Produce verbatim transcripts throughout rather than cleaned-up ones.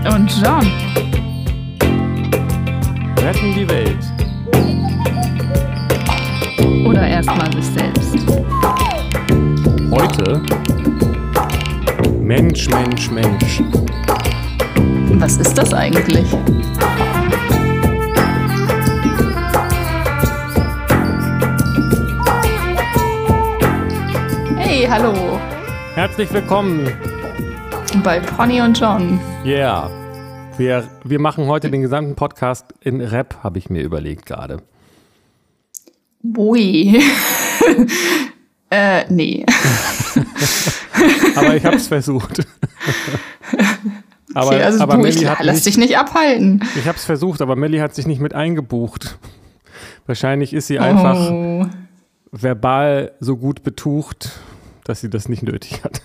Und John. Retten die Welt. Oder erstmal sich selbst. Heute Mensch, Mensch, Mensch. Was ist das eigentlich? Hey, hallo. Herzlich willkommen Bei Pony und John. Yeah. Wir, wir machen heute den gesamten Podcast in Rap, habe ich mir überlegt gerade. Ui. äh, nee. Aber ich habe es versucht. aber, okay, also aber du, ich Melli hat lass nicht, dich nicht abhalten. Ich habe es versucht, aber Melli hat sich nicht mit eingebucht. Wahrscheinlich ist sie einfach Oh. verbal so gut betucht, dass sie das nicht nötig hat.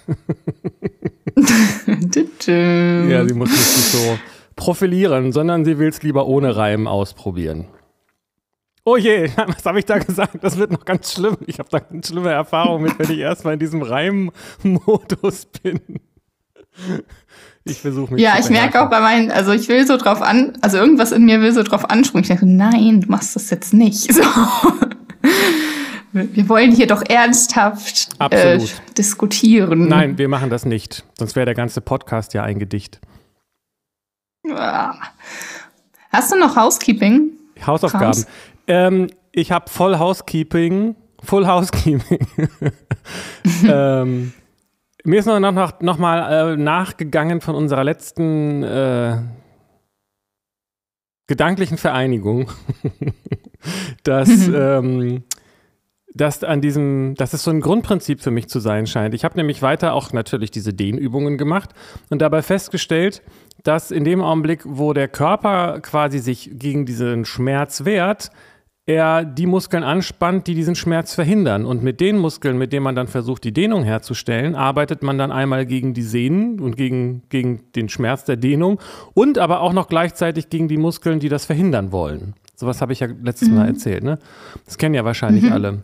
Ja, sie muss nicht sich so profilieren, sondern sie will es lieber ohne Reim ausprobieren. Oh je, was habe ich da gesagt? Das wird noch ganz schlimm. Ich habe da ganz schlimme Erfahrungen mit, wenn ich erstmal in diesem Reimmodus bin. Ich versuche mich Ja, zu ich merke auch bei meinen, also ich will so drauf an, also irgendwas in mir will so drauf anspringen. Ich denke, nein, du machst das jetzt nicht. So. Wir wollen hier doch ernsthaft äh, diskutieren. Nein, wir machen das nicht. Sonst wäre der ganze Podcast ja ein Gedicht. Hast du noch Housekeeping? Hausaufgaben. Ähm, ich habe voll Housekeeping. Full Housekeeping. ähm, mir ist noch, noch, noch mal äh, nachgegangen von unserer letzten äh, gedanklichen Vereinigung, dass, Mhm. ähm, dass, an diesem, dass es so ein Grundprinzip für mich zu sein scheint. Ich habe nämlich weiter auch natürlich diese Dehnübungen gemacht und dabei festgestellt, dass in dem Augenblick, wo der Körper quasi sich gegen diesen Schmerz wehrt, er die Muskeln anspannt, die diesen Schmerz verhindern. Und mit den Muskeln, mit denen man dann versucht, die Dehnung herzustellen, arbeitet man dann einmal gegen die Sehnen und gegen, gegen den Schmerz der Dehnung und aber auch noch gleichzeitig gegen die Muskeln, die das verhindern wollen. Sowas habe ich ja letztes mhm. Mal erzählt, ne? Das kennen ja wahrscheinlich mhm. alle.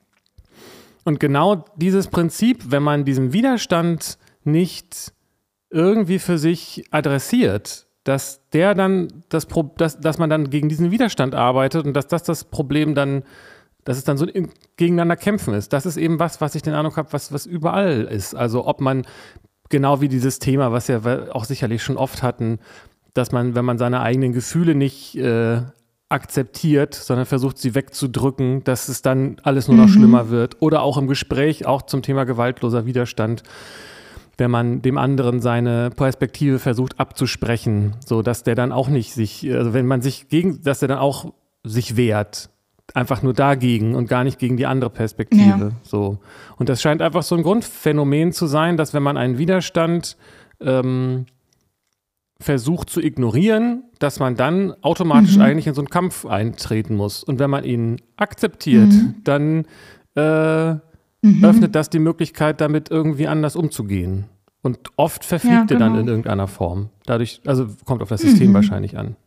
Und genau dieses Prinzip, wenn man diesen Widerstand nicht irgendwie für sich adressiert, dass der dann das Pro- dass, dass man dann gegen diesen Widerstand arbeitet und dass das das Problem dann, dass es dann so ein gegeneinander kämpfen ist. Das ist eben was, was ich den Eindruck habe, was, was überall ist. Also ob man, genau wie dieses Thema, was wir auch sicherlich schon oft hatten, dass man, wenn man seine eigenen Gefühle nicht äh, akzeptiert, sondern versucht, sie wegzudrücken, dass es dann alles nur noch mhm. schlimmer wird. Oder auch im Gespräch, auch zum Thema gewaltloser Widerstand, wenn man dem anderen seine Perspektive versucht abzusprechen, so dass der dann auch nicht sich, also wenn man sich gegen, dass der dann auch sich wehrt, einfach nur dagegen und gar nicht gegen die andere Perspektive. Ja. So. Und das scheint einfach so ein Grundphänomen zu sein, dass wenn man einen Widerstand ähm, versucht zu ignorieren, dass man dann automatisch mhm. eigentlich in so einen Kampf eintreten muss. Und wenn man ihn akzeptiert, mhm. dann äh, mhm. öffnet das die Möglichkeit, damit irgendwie anders umzugehen. Und oft verfliegt ja, genau. er dann in irgendeiner Form. Dadurch, also kommt auf das System mhm. wahrscheinlich an.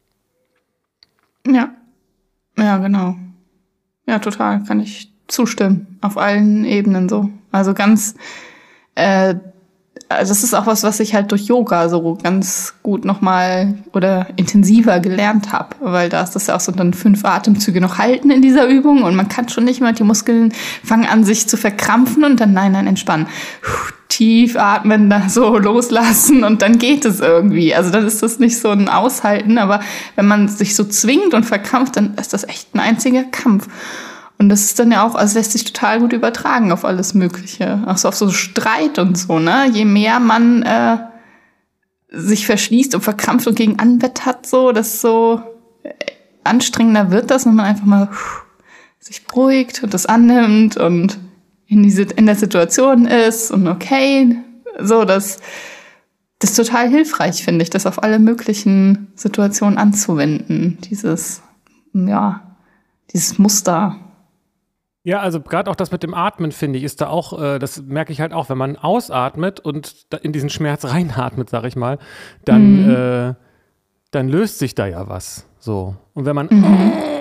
Ja, ja, genau. Ja, total, kann ich zustimmen. Auf allen Ebenen so. Also ganz, äh, also das ist auch was, was ich halt durch Yoga so ganz gut nochmal oder intensiver gelernt habe, weil da ist das ja auch so dann fünf Atemzüge noch halten in dieser Übung und man kann schon nicht mehr, die Muskeln fangen an sich zu verkrampfen und dann nein, nein, entspannen. Puh, tief atmen, da so loslassen und dann geht es irgendwie. Also dann ist das nicht so ein Aushalten, aber wenn man sich so zwingt und verkrampft, dann ist das echt ein einziger Kampf. Und das ist dann ja auch, also lässt sich total gut übertragen auf alles Mögliche. Auch so auf so Streit und so, ne? Je mehr man äh, sich verschließt und verkrampft und gegen anwettert, so, desto anstrengender wird das, wenn man einfach mal pff, sich beruhigt und das annimmt und in, diese, in der Situation ist und okay, so, das, das ist total hilfreich, finde ich, das auf alle möglichen Situationen anzuwenden. Dieses, ja, dieses Muster. Ja, also gerade auch das mit dem Atmen, finde ich, ist da auch, äh, das merke ich halt auch, wenn man ausatmet und da in diesen Schmerz reinatmet, sag ich mal, dann, mhm. äh, dann löst sich da ja was. So. Und wenn man mhm.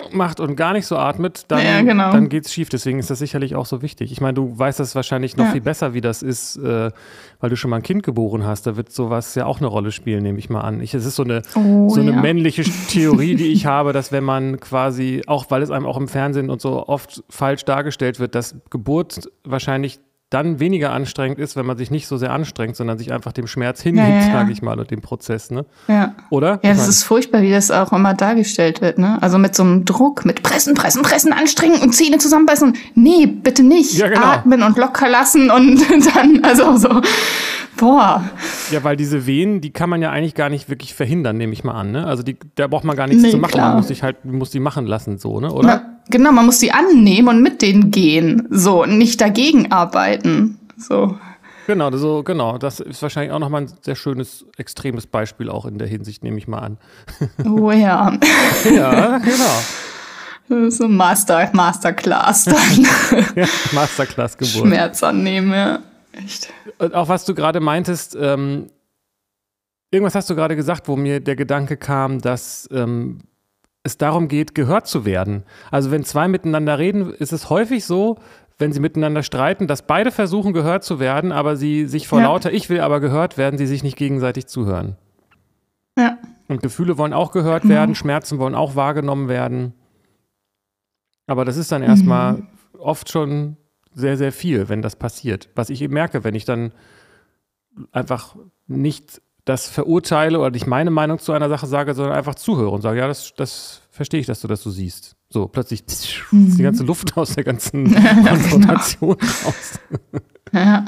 macht und gar nicht so atmet, dann, ja, genau. dann geht's schief. Deswegen ist das sicherlich auch so wichtig. Ich meine, du weißt das wahrscheinlich noch ja. viel besser, wie das ist, äh, weil du schon mal ein Kind geboren hast. Da wird sowas ja auch eine Rolle spielen, nehme ich mal an. Ich, es ist so eine, oh, so eine ja. männliche Theorie, die ich habe, dass wenn man quasi, auch weil es einem auch im Fernsehen und so oft falsch dargestellt wird, dass Geburt wahrscheinlich dann weniger anstrengend ist, wenn man sich nicht so sehr anstrengt, sondern sich einfach dem Schmerz hingibt, ja, ja, ja. sage ich mal, und dem Prozess, ne? Ja. Oder? Ja, ich das mein, ist furchtbar, wie das auch immer dargestellt wird, ne? Also mit so einem Druck, mit Pressen, Pressen, Pressen, anstrengen und Zähne zusammenbeißen. Nee, bitte nicht. Ja, genau. Atmen und locker lassen und dann, also so, boah. Ja, weil diese Wehen, die kann man ja eigentlich gar nicht wirklich verhindern, nehme ich mal an, ne? Also die, da braucht man gar nichts nee, zu machen, klar. Man muss sich halt, muss die machen lassen, so, ne? Oder? Na, genau, man muss die annehmen und mit denen gehen, so, und nicht dagegen arbeiten. So. Genau, so, genau. Das ist wahrscheinlich auch nochmal ein sehr schönes, extremes Beispiel auch in der Hinsicht, nehme ich mal an. Oh ja. Ja, genau. Das ist so Master, Masterclass dann. Ja, Masterclass-Geburt. Schmerz annehmen, ja. Echt. Und auch was du gerade meintest, ähm, irgendwas hast du gerade gesagt, wo mir der Gedanke kam, dass ähm, es darum geht, gehört zu werden. Also wenn zwei miteinander reden, ist es häufig so, wenn sie miteinander streiten, dass beide versuchen, gehört zu werden, aber sie sich vor ja. lauter Ich will aber gehört werden, sie sich nicht gegenseitig zuhören. Ja. Und Gefühle wollen auch gehört mhm. werden, Schmerzen wollen auch wahrgenommen werden. Aber das ist dann erstmal mhm. oft schon sehr, sehr viel, wenn das passiert. Was ich eben merke, wenn ich dann einfach nicht das verurteile oder nicht meine Meinung zu einer Sache sage, sondern einfach zuhöre und sage, ja, das, das verstehe ich, dass du das so siehst. So, plötzlich mhm. ist die ganze Luft aus der ganzen Konfrontation genau. raus. Ja.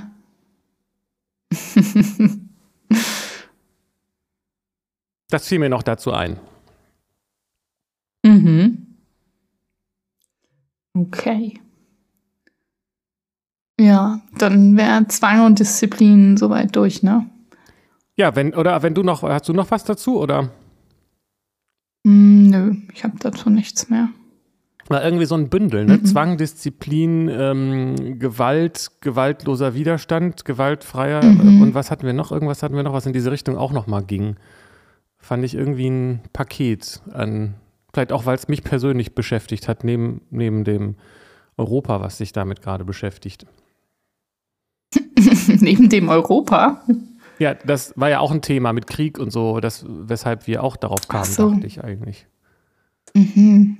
Das fiel mir noch dazu ein. Mhm. Okay. Ja, dann wäre Zwang und Disziplin soweit durch, ne? Ja, wenn, oder wenn du noch, hast du noch was dazu, oder? Mm, nö, ich habe dazu nichts mehr. War irgendwie so ein Bündel, ne? Mhm. Zwang, Disziplin, ähm, Gewalt, gewaltloser Widerstand, gewaltfreier Mhm. und was hatten wir noch? Irgendwas hatten wir noch, was in diese Richtung auch nochmal ging. Fand ich irgendwie ein Paket an, vielleicht auch, weil es mich persönlich beschäftigt hat, neben, neben dem Europa, was sich damit gerade beschäftigt. Neben dem Europa? Ja, das war ja auch ein Thema mit Krieg und so, das, weshalb wir auch darauf kamen, so. dachte ich eigentlich. Mhm.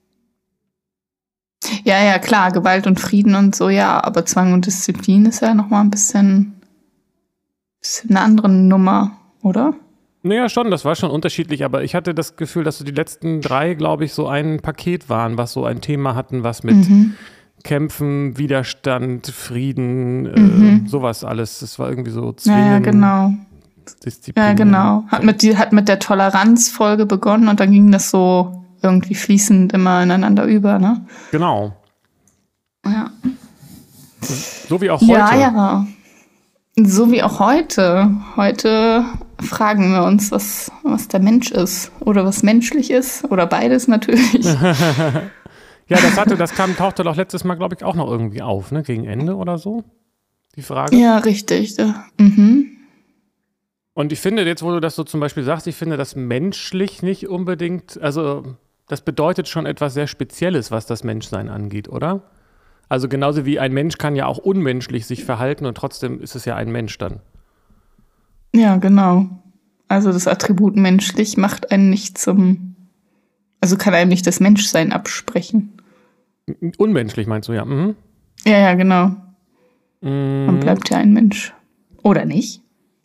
Ja, ja, klar, Gewalt und Frieden und so, ja, aber Zwang und Disziplin ist ja nochmal ein bisschen, bisschen eine andere Nummer, oder? Naja, schon, das war schon unterschiedlich, aber ich hatte das Gefühl, dass so die letzten drei, glaube ich, so ein Paket waren, was so ein Thema hatten, was mit mhm. Kämpfen, Widerstand, Frieden, mhm. äh, sowas alles. Das war irgendwie so zwingend. Ja, ja, genau. Disziplin. Ja, genau. Hat mit, die, hat mit der Toleranzfolge begonnen und dann ging das so irgendwie fließend immer ineinander über, ne? Genau. Ja. So wie auch heute. Ja, ja. So wie auch heute. Heute fragen wir uns, was, was der Mensch ist. Oder was menschlich ist. Oder beides natürlich. Ja, das hatte, das kam, tauchte doch letztes Mal, glaube ich, auch noch irgendwie auf, ne? Gegen Ende oder so. Die Frage. Ja, richtig. Ja. Mhm. Und ich finde, jetzt, wo du das so zum Beispiel sagst, ich finde das menschlich nicht unbedingt, also das bedeutet schon etwas sehr Spezielles, was das Menschsein angeht, oder? Also genauso wie ein Mensch kann ja auch unmenschlich sich verhalten und trotzdem ist es ja ein Mensch dann. Ja, genau. Also das Attribut menschlich macht einen nicht zum, also kann einem nicht das Menschsein absprechen. Unmenschlich meinst du, ja. Mhm. Ja, ja, genau. Mhm. Man bleibt ja ein Mensch. Oder nicht?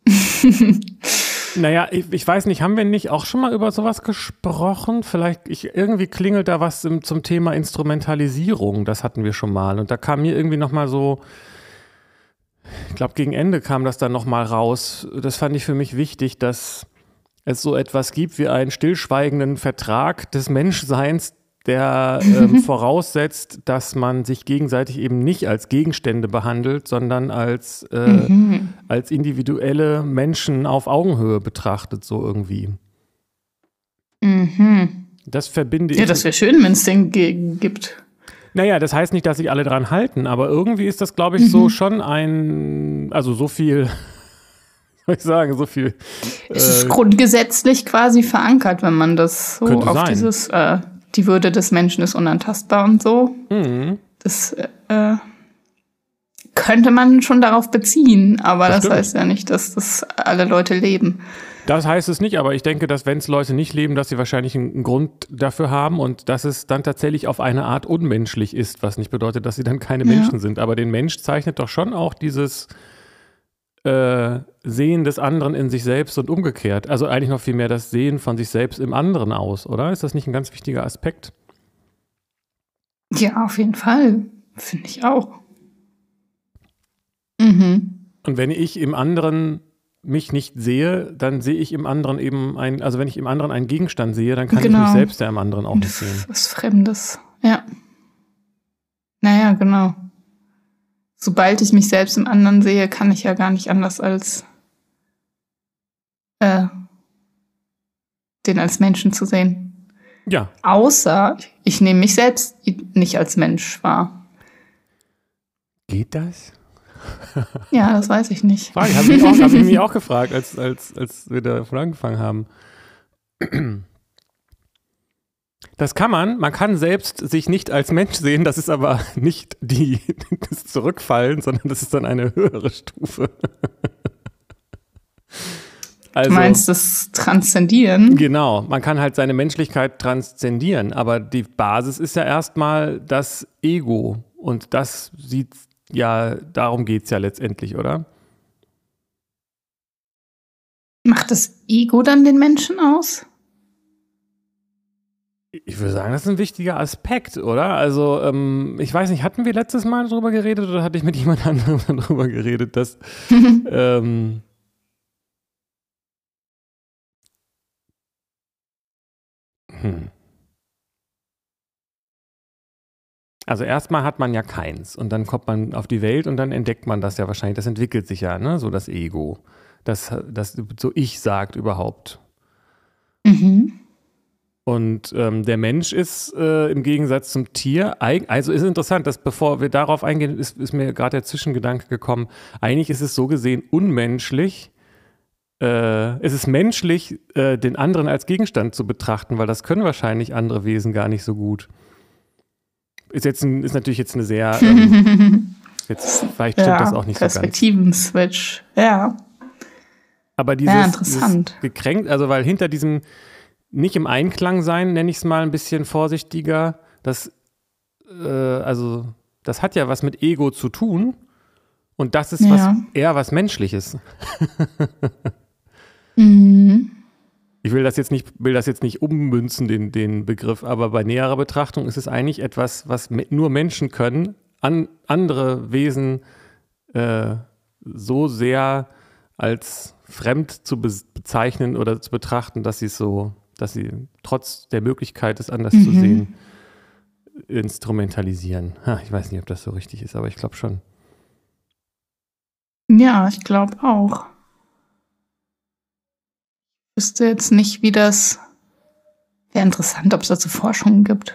Naja, ich, ich weiß nicht, haben wir nicht auch schon mal über sowas gesprochen? Vielleicht, ich, irgendwie klingelt da was im, zum Thema Instrumentalisierung, das hatten wir schon mal. Und da kam mir irgendwie nochmal so, ich glaube gegen Ende kam das dann nochmal raus. Das fand ich für mich wichtig, dass es so etwas gibt wie einen stillschweigenden Vertrag des Menschseins, der ähm, voraussetzt, dass man sich gegenseitig eben nicht als Gegenstände behandelt, sondern als, äh, mhm. als individuelle Menschen auf Augenhöhe betrachtet, so irgendwie. Mhm. Das verbinde ich. Ja, das wäre schön, wenn es den g- gibt. Naja, das heißt nicht, dass sich alle dran halten, aber irgendwie ist das, glaube ich, mhm. so schon ein, also so viel, soll ich sagen, so viel. Es ist äh, grundgesetzlich quasi verankert, wenn man das so auf sein. dieses äh, die Würde des Menschen ist unantastbar und so. Mhm. Das äh, könnte man schon darauf beziehen, aber Das das, stimmt. heißt ja nicht, dass das alle Leute leben. Das heißt es nicht, aber ich denke, dass wenn es Leute nicht leben, dass sie wahrscheinlich einen einen Grund dafür haben und dass es dann tatsächlich auf eine Art unmenschlich ist, was nicht bedeutet, dass sie dann keine Ja. Menschen sind. Aber den Mensch zeichnet doch schon auch dieses äh, Sehen des anderen in sich selbst und umgekehrt. Also eigentlich noch viel mehr das Sehen von sich selbst im anderen aus, oder? Ist das nicht ein ganz wichtiger Aspekt? Ja, auf jeden Fall. Finde ich auch. Mhm. Und wenn ich im anderen mich nicht sehe, dann sehe ich im anderen eben ein, also wenn ich im anderen einen Gegenstand sehe, dann kann ich mich Genau. selbst ja im anderen auch nicht sehen. Was Fremdes. Ja. Naja, genau. Sobald ich mich selbst im anderen sehe, kann ich ja gar nicht anders als äh, den als Menschen zu sehen. Ja, Außer ich nehme mich selbst nicht als Mensch wahr. geht das? Ja, das weiß ich nicht. Frage, habe ich, auch- hab ich mich auch gefragt, als, als, als wir davon angefangen haben. Das kann man, man kann selbst sich nicht als Mensch sehen, das ist aber nicht die, das Zurückfallen, sondern das ist dann eine höhere Stufe. Also, Du meinst das Transzendieren? genau, man kann halt seine Menschlichkeit transzendieren, aber die Basis ist ja erstmal das Ego und das sieht, ja, darum geht es ja letztendlich, oder? Macht das Ego dann den Menschen aus? Ich würde sagen, das ist ein wichtiger Aspekt, oder? Also, ähm, ich weiß nicht, hatten wir letztes Mal darüber geredet oder hatte ich mit jemand anderem darüber geredet, dass ähm, hm. Also erstmal hat man ja keins und dann kommt man auf die Welt und dann entdeckt man das ja wahrscheinlich, das entwickelt sich ja, ne? So das Ego, das, das so ich sagt überhaupt. Mhm. Und ähm, der Mensch ist äh, im Gegensatz zum Tier, eig- also ist interessant, dass bevor wir darauf eingehen, ist, ist mir gerade der Zwischengedanke gekommen, eigentlich ist es so gesehen unmenschlich, äh, es ist menschlich, äh, den anderen als Gegenstand zu betrachten, weil das können wahrscheinlich andere Wesen gar nicht so gut. Ist jetzt ein, ist natürlich jetzt eine sehr, ähm, jetzt, vielleicht stimmt Ja, das auch nicht so ganz. Perspektiven-Switch. Ja. Aber dieses, Ja, interessant. dieses gekränkt, also weil hinter diesem nicht im Einklang sein, nenne ich es mal ein bisschen vorsichtiger, das, äh, also das hat ja was mit Ego zu tun und das ist Ja. was eher was Menschliches. Mhm. Ich will das jetzt nicht, will das jetzt nicht ummünzen, den, den Begriff, aber bei näherer Betrachtung ist es eigentlich etwas, was me- nur Menschen können, an, andere Wesen äh, so sehr als fremd zu be- bezeichnen oder zu betrachten, dass sie es so, dass sie trotz der Möglichkeit, es anders Mhm. zu sehen, instrumentalisieren. Ha, ich weiß nicht, ob das so richtig ist, aber ich glaube schon. Ja, ich glaube auch. Ich wüsste jetzt nicht, wie das. Wäre interessant, ob es dazu Forschungen gibt.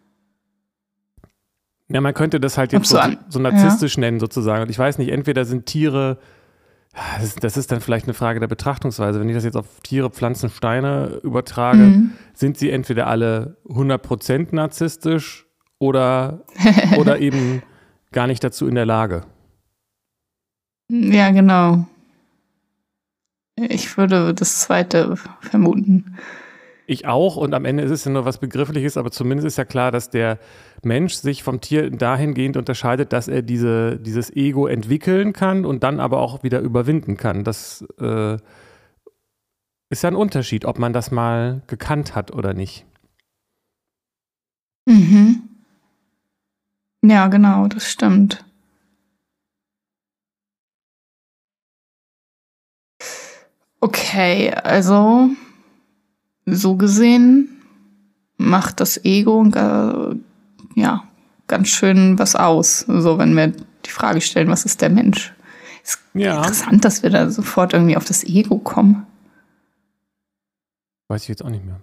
Ja, man könnte das halt Ob jetzt so so, an- so narzisstisch nennen sozusagen. Und ich weiß nicht, entweder sind Tiere, das ist, das ist dann vielleicht eine Frage der Betrachtungsweise. Wenn ich das jetzt auf Tiere, Pflanzen, Steine übertrage, Mhm. sind sie entweder alle hundert Prozent narzisstisch oder, oder eben gar nicht dazu in der Lage. Ja, genau. Ich würde das zweite vermuten. Ich auch und am Ende ist es ja nur was Begriffliches, aber zumindest ist ja klar, dass der Mensch sich vom Tier dahingehend unterscheidet, dass er diese, dieses Ego entwickeln kann und dann aber auch wieder überwinden kann. Das äh, ist ja ein Unterschied, ob man das mal gekannt hat oder nicht. Mhm. Ja, genau, das stimmt. Okay, also so gesehen macht das Ego äh, ja ganz schön was aus. So, wenn wir die Frage stellen, was ist der Mensch? Ist Ja. interessant, dass wir da sofort irgendwie auf das Ego kommen. Weiß ich jetzt auch nicht mehr.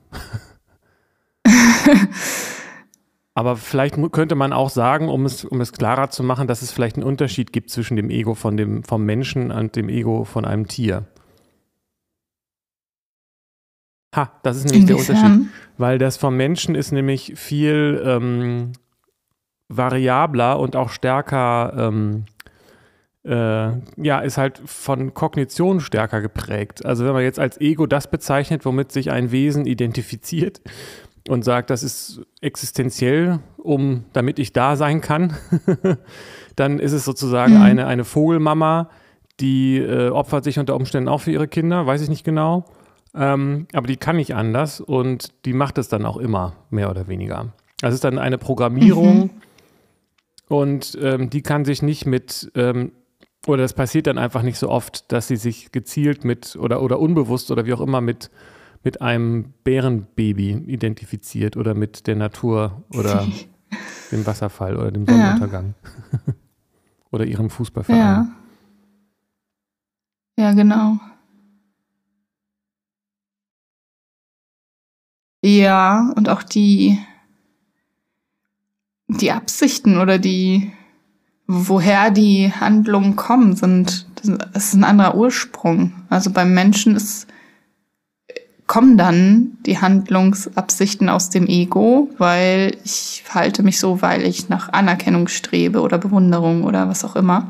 Aber vielleicht mu- könnte man auch sagen, um es, um es klarer zu machen, dass es vielleicht einen Unterschied gibt zwischen dem Ego von dem, vom Menschen und dem Ego von einem Tier. Ha, das ist nämlich der Inwiefern? Unterschied. Weil das vom Menschen ist nämlich viel ähm, variabler und auch stärker, ähm, äh, ja, ist halt von Kognition stärker geprägt. Also wenn man jetzt als Ego das bezeichnet, womit sich ein Wesen identifiziert und sagt, das ist existenziell, um, damit ich da sein kann, dann ist es sozusagen Mhm. eine, eine Vogelmama, die äh, opfert sich unter Umständen auch für ihre Kinder, weiß ich nicht genau. Ähm, aber die kann nicht anders und die macht es dann auch immer, mehr oder weniger. Also es ist dann eine Programmierung Mhm. und ähm, die kann sich nicht mit, ähm, oder das passiert dann einfach nicht so oft, dass sie sich gezielt mit oder, oder unbewusst oder wie auch immer mit, mit einem Bärenbaby identifiziert oder mit der Natur oder dem Wasserfall oder dem Sonnenuntergang oder ihrem Fußballverein. Ja. Ja, genau. Ja, und auch die, die Absichten oder die, woher die Handlungen kommen, sind, das ist ein anderer Ursprung. Also beim Menschen ist, kommen dann die Handlungsabsichten aus dem Ego, weil ich verhalte mich so, weil ich nach Anerkennung strebe oder Bewunderung oder was auch immer.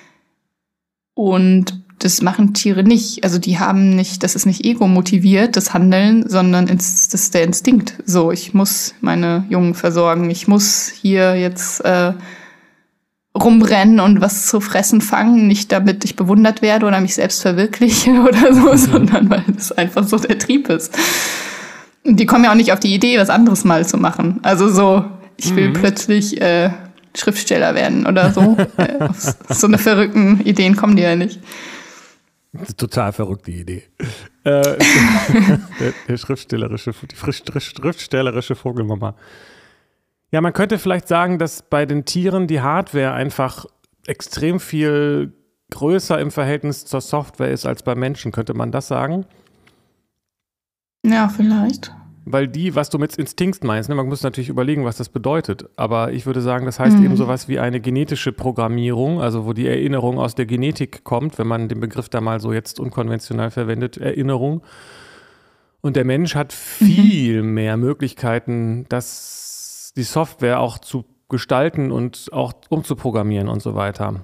Und das machen Tiere nicht. Also die haben nicht, das ist nicht ego-motiviert, das Handeln, sondern ins, das ist der Instinkt. So, ich muss meine Jungen versorgen, ich muss hier jetzt äh, rumrennen und was zu fressen fangen, nicht damit ich bewundert werde oder mich selbst verwirkliche oder so, mhm. sondern weil das einfach so der Trieb ist. Und die kommen ja auch nicht auf die Idee, was anderes mal zu machen. Also so, ich will mhm. plötzlich äh, Schriftsteller werden oder so. äh, auf so eine verrückten Ideen kommen die ja nicht. Total verrückte Idee. Äh, der, der schriftstellerische, die frisch, schriftstellerische Vogelmama. Ja, man könnte vielleicht sagen, dass bei den Tieren die Hardware einfach extrem viel größer im Verhältnis zur Software ist als bei Menschen. Könnte man das sagen? Ja, vielleicht. Weil die, was du mit Instinkt meinst, ne, man muss natürlich überlegen, was das bedeutet. Aber ich würde sagen, das heißt mhm. eben sowas wie eine genetische Programmierung, also wo die Erinnerung aus der Genetik kommt, wenn man den Begriff da mal so jetzt unkonventionell verwendet, Erinnerung. Und der Mensch hat viel mhm. mehr Möglichkeiten, das, die Software auch zu gestalten und auch umzuprogrammieren und so weiter.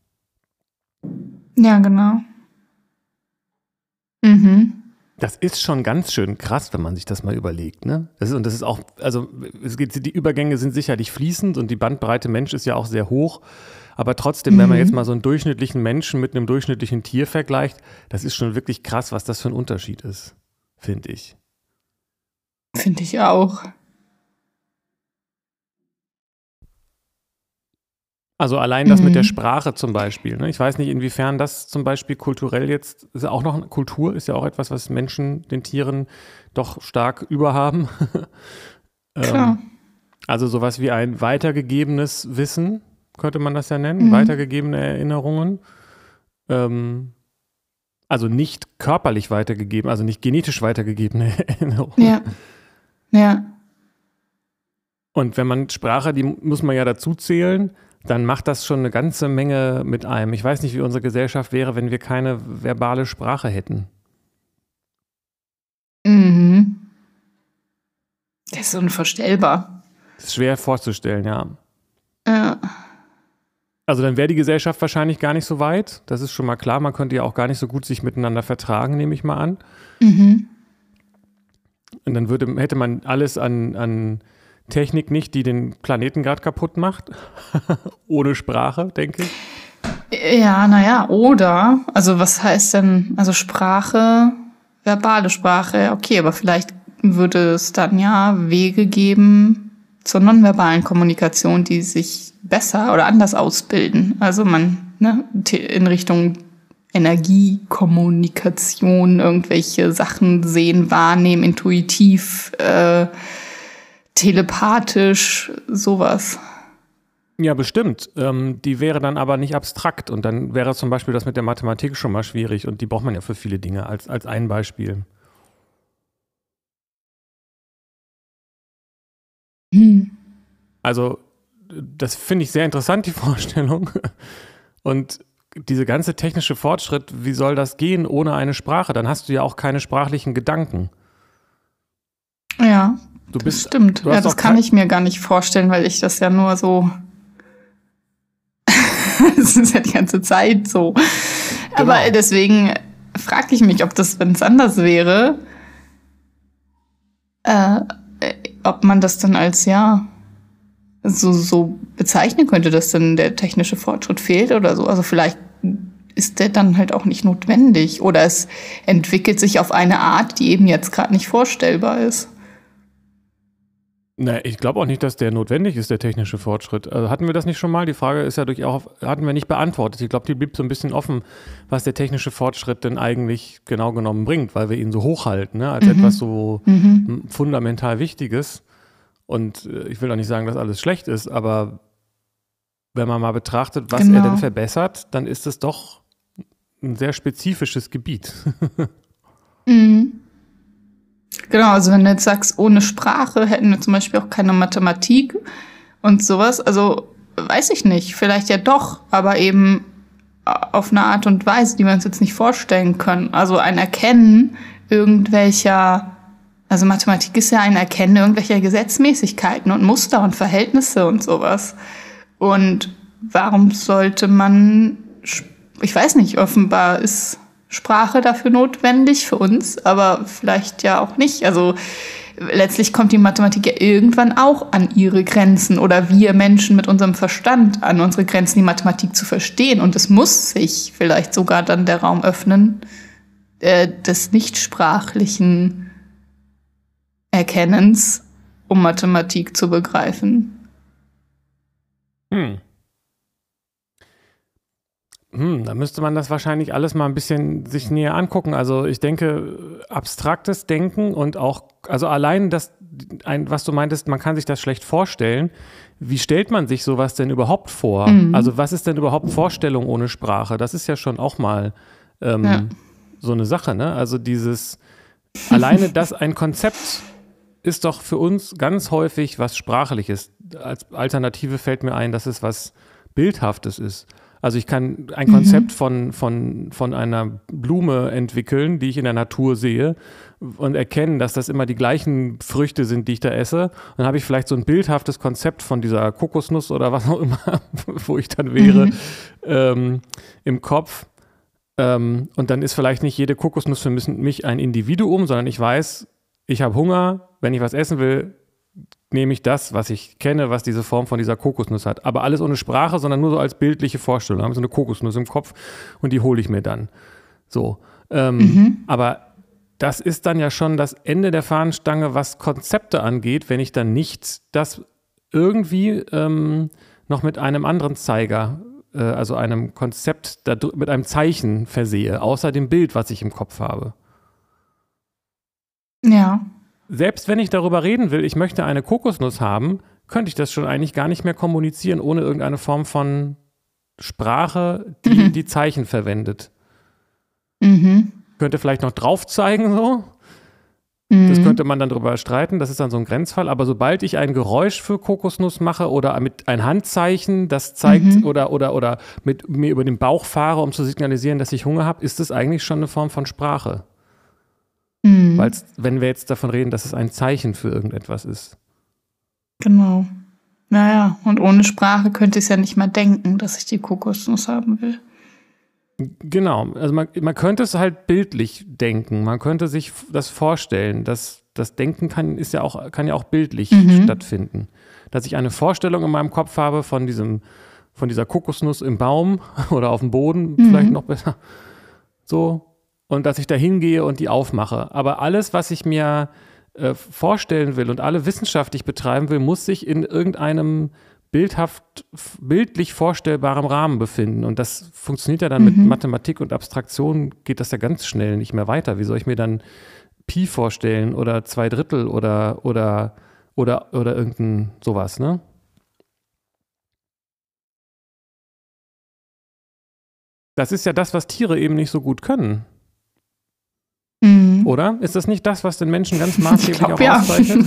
Ja, genau. Mhm. Das ist schon ganz schön krass, wenn man sich das mal überlegt, ne? Das ist, und das ist auch, also es geht, die Übergänge sind sicherlich fließend und die Bandbreite Mensch ist ja auch sehr hoch, aber trotzdem, mhm. wenn man jetzt mal so einen durchschnittlichen Menschen mit einem durchschnittlichen Tier vergleicht, das ist schon wirklich krass, was das für ein Unterschied ist, finde ich. Finde ich auch. Also allein das mhm. mit der Sprache zum Beispiel. Ne? Ich weiß nicht, inwiefern das zum Beispiel kulturell jetzt, ist ja auch noch eine Kultur, ist ja auch etwas, was Menschen den Tieren doch stark überhaben. Klar. ähm, also sowas wie ein weitergegebenes Wissen, könnte man das ja nennen, mhm. weitergegebene Erinnerungen. Ähm, also nicht körperlich weitergegeben, also nicht genetisch weitergegebene Erinnerungen. Ja, ja. Und wenn man Sprache, die muss man ja dazu zählen, dann macht das schon eine ganze Menge mit einem. Ich weiß nicht, wie unsere Gesellschaft wäre, wenn wir keine verbale Sprache hätten. Mhm. Das ist unvorstellbar. Das ist schwer vorzustellen, ja. Ja. Also dann wäre die Gesellschaft wahrscheinlich gar nicht so weit. Das ist schon mal klar. Man könnte ja auch gar nicht so gut sich miteinander vertragen, nehme ich mal an. Mhm. Und dann würde, hätte man alles an, an Technik nicht, die den Planeten gerade kaputt macht. Ohne Sprache, denke ich. Ja, naja, oder, also was heißt denn, also Sprache, verbale Sprache, okay, aber vielleicht würde es dann ja Wege geben zur nonverbalen Kommunikation, die sich besser oder anders ausbilden. Also man, ne, in Richtung Energiekommunikation, irgendwelche Sachen sehen, wahrnehmen, intuitiv, äh, telepathisch, sowas. Ja, bestimmt. Ähm, die wäre dann aber nicht abstrakt und dann wäre zum Beispiel das mit der Mathematik schon mal schwierig und die braucht man ja für viele Dinge als, als ein Beispiel. Hm. Also das finde ich sehr interessant, die Vorstellung. Und diese ganze technische Fortschritt, wie soll das gehen ohne eine Sprache? Dann hast du ja auch keine sprachlichen Gedanken. Ja, Du das bist, stimmt. du Ja, hast das auch kann kein, ich mir gar nicht vorstellen, weil ich das ja nur so, es ist ja die ganze Zeit so. Aber genau. deswegen frage ich mich, ob das, wenn es anders wäre, äh, äh, ob man das dann als, ja, so, so bezeichnen könnte, dass dann der technische Fortschritt fehlt oder so. Also vielleicht ist der dann halt auch nicht notwendig oder es entwickelt sich auf eine Art, die eben jetzt gerade nicht vorstellbar ist. Ne, ich glaube auch nicht, dass der notwendig ist, der technische Fortschritt. Also hatten wir das nicht schon mal? Die Frage ist ja durchaus, hatten wir nicht beantwortet. Ich glaube, die blieb so ein bisschen offen, was der technische Fortschritt denn eigentlich genau genommen bringt, weil wir ihn so hochhalten, ne? Als Mhm. etwas so Mhm. fundamental Wichtiges. Und äh, ich will auch nicht sagen, dass alles schlecht ist, aber wenn man mal betrachtet, was Genau. er denn verbessert, dann ist es doch ein sehr spezifisches Gebiet. Mhm. Genau, also wenn du jetzt sagst, ohne Sprache hätten wir zum Beispiel auch keine Mathematik und sowas. Also weiß ich nicht, vielleicht ja doch, aber eben auf eine Art und Weise, die wir uns jetzt nicht vorstellen können. Also ein Erkennen irgendwelcher, also Mathematik ist ja ein Erkennen irgendwelcher Gesetzmäßigkeiten und Muster und Verhältnisse und sowas. Und warum sollte man, ich weiß nicht, offenbar ist Sprache dafür notwendig für uns, aber vielleicht ja auch nicht. Also letztlich kommt die Mathematik ja irgendwann auch an ihre Grenzen oder wir Menschen mit unserem Verstand an unsere Grenzen, die Mathematik zu verstehen. Und es muss sich vielleicht sogar dann der Raum öffnen, äh, des nichtsprachlichen Erkennens, um Mathematik zu begreifen. Hm. Hm, da müsste man das wahrscheinlich alles mal ein bisschen sich näher angucken. Also ich denke, abstraktes Denken und auch, also allein das, ein, was du meintest, man kann sich das schlecht vorstellen. Wie stellt man sich sowas denn überhaupt vor? Mhm. Also was ist denn überhaupt Vorstellung ohne Sprache? Das ist ja schon auch mal ähm, Ja. so eine Sache, ne? Also dieses, alleine das ein Konzept ist doch für uns ganz häufig was Sprachliches. Als Alternative fällt mir ein, dass es was Bildhaftes ist. Also ich kann ein Konzept Mhm. von, von, von einer Blume entwickeln, die ich in der Natur sehe und erkennen, dass das immer die gleichen Früchte sind, die ich da esse. Dann habe ich vielleicht so ein bildhaftes Konzept von dieser Kokosnuss oder was auch immer, wo ich dann wäre, Mhm. ähm, im Kopf. Ähm, und dann ist vielleicht nicht jede Kokosnuss für mich ein Individuum, sondern ich weiß, ich habe Hunger, wenn ich was essen will, nehme ich das, was ich kenne, was diese Form von dieser Kokosnuss hat. Aber alles ohne Sprache, sondern nur so als bildliche Vorstellung. Da habe ich so eine Kokosnuss im Kopf und die hole ich mir dann. So. Ähm, Mhm. aber das ist dann ja schon das Ende der Fahnenstange, was Konzepte angeht, wenn ich dann nicht das irgendwie ähm, noch mit einem anderen Zeiger, äh, also einem Konzept, da, dr- mit einem Zeichen versehe, außer dem Bild, was ich im Kopf habe. Ja. Selbst wenn ich darüber reden will, ich möchte eine Kokosnuss haben, könnte ich das schon eigentlich gar nicht mehr kommunizieren, ohne irgendeine Form von Sprache, die Mhm. die Zeichen verwendet. Mhm. Könnte vielleicht noch drauf zeigen, so. Mhm. Das könnte man dann drüber streiten, das ist dann so ein Grenzfall. Aber sobald ich ein Geräusch für Kokosnuss mache oder mit ein Handzeichen, das zeigt, Mhm. oder, oder, oder mit mir über den Bauch fahre, um zu signalisieren, dass ich Hunger habe, ist das eigentlich schon eine Form von Sprache. Mhm. Weil, wenn wir jetzt davon reden, dass es ein Zeichen für irgendetwas ist. Genau. Naja, und ohne Sprache könnte ich es ja nicht mal denken, dass ich die Kokosnuss haben will. Genau, also man, man könnte es halt bildlich denken, man könnte sich das vorstellen, dass das Denken kann, ist ja auch, kann ja auch bildlich Mhm. stattfinden. Dass ich eine Vorstellung in meinem Kopf habe von diesem, von dieser Kokosnuss im Baum oder auf dem Boden, Mhm. vielleicht noch besser, so, und dass ich da hingehe und die aufmache. Aber alles, was ich mir äh, vorstellen will und alle wissenschaftlich betreiben will, muss sich in irgendeinem bildhaft, bildlich vorstellbarem Rahmen befinden. Und das funktioniert ja dann mit Mhm. Mathematik und Abstraktion, geht das ja ganz schnell nicht mehr weiter. Wie soll ich mir dann Pi vorstellen oder zwei Drittel oder, oder, oder, oder irgendein sowas, ne? Das ist ja das, was Tiere eben nicht so gut können, Mhm. oder? Ist das nicht das, was den Menschen ganz Ich maßgeblich glaube, auch ja. auszeichnet?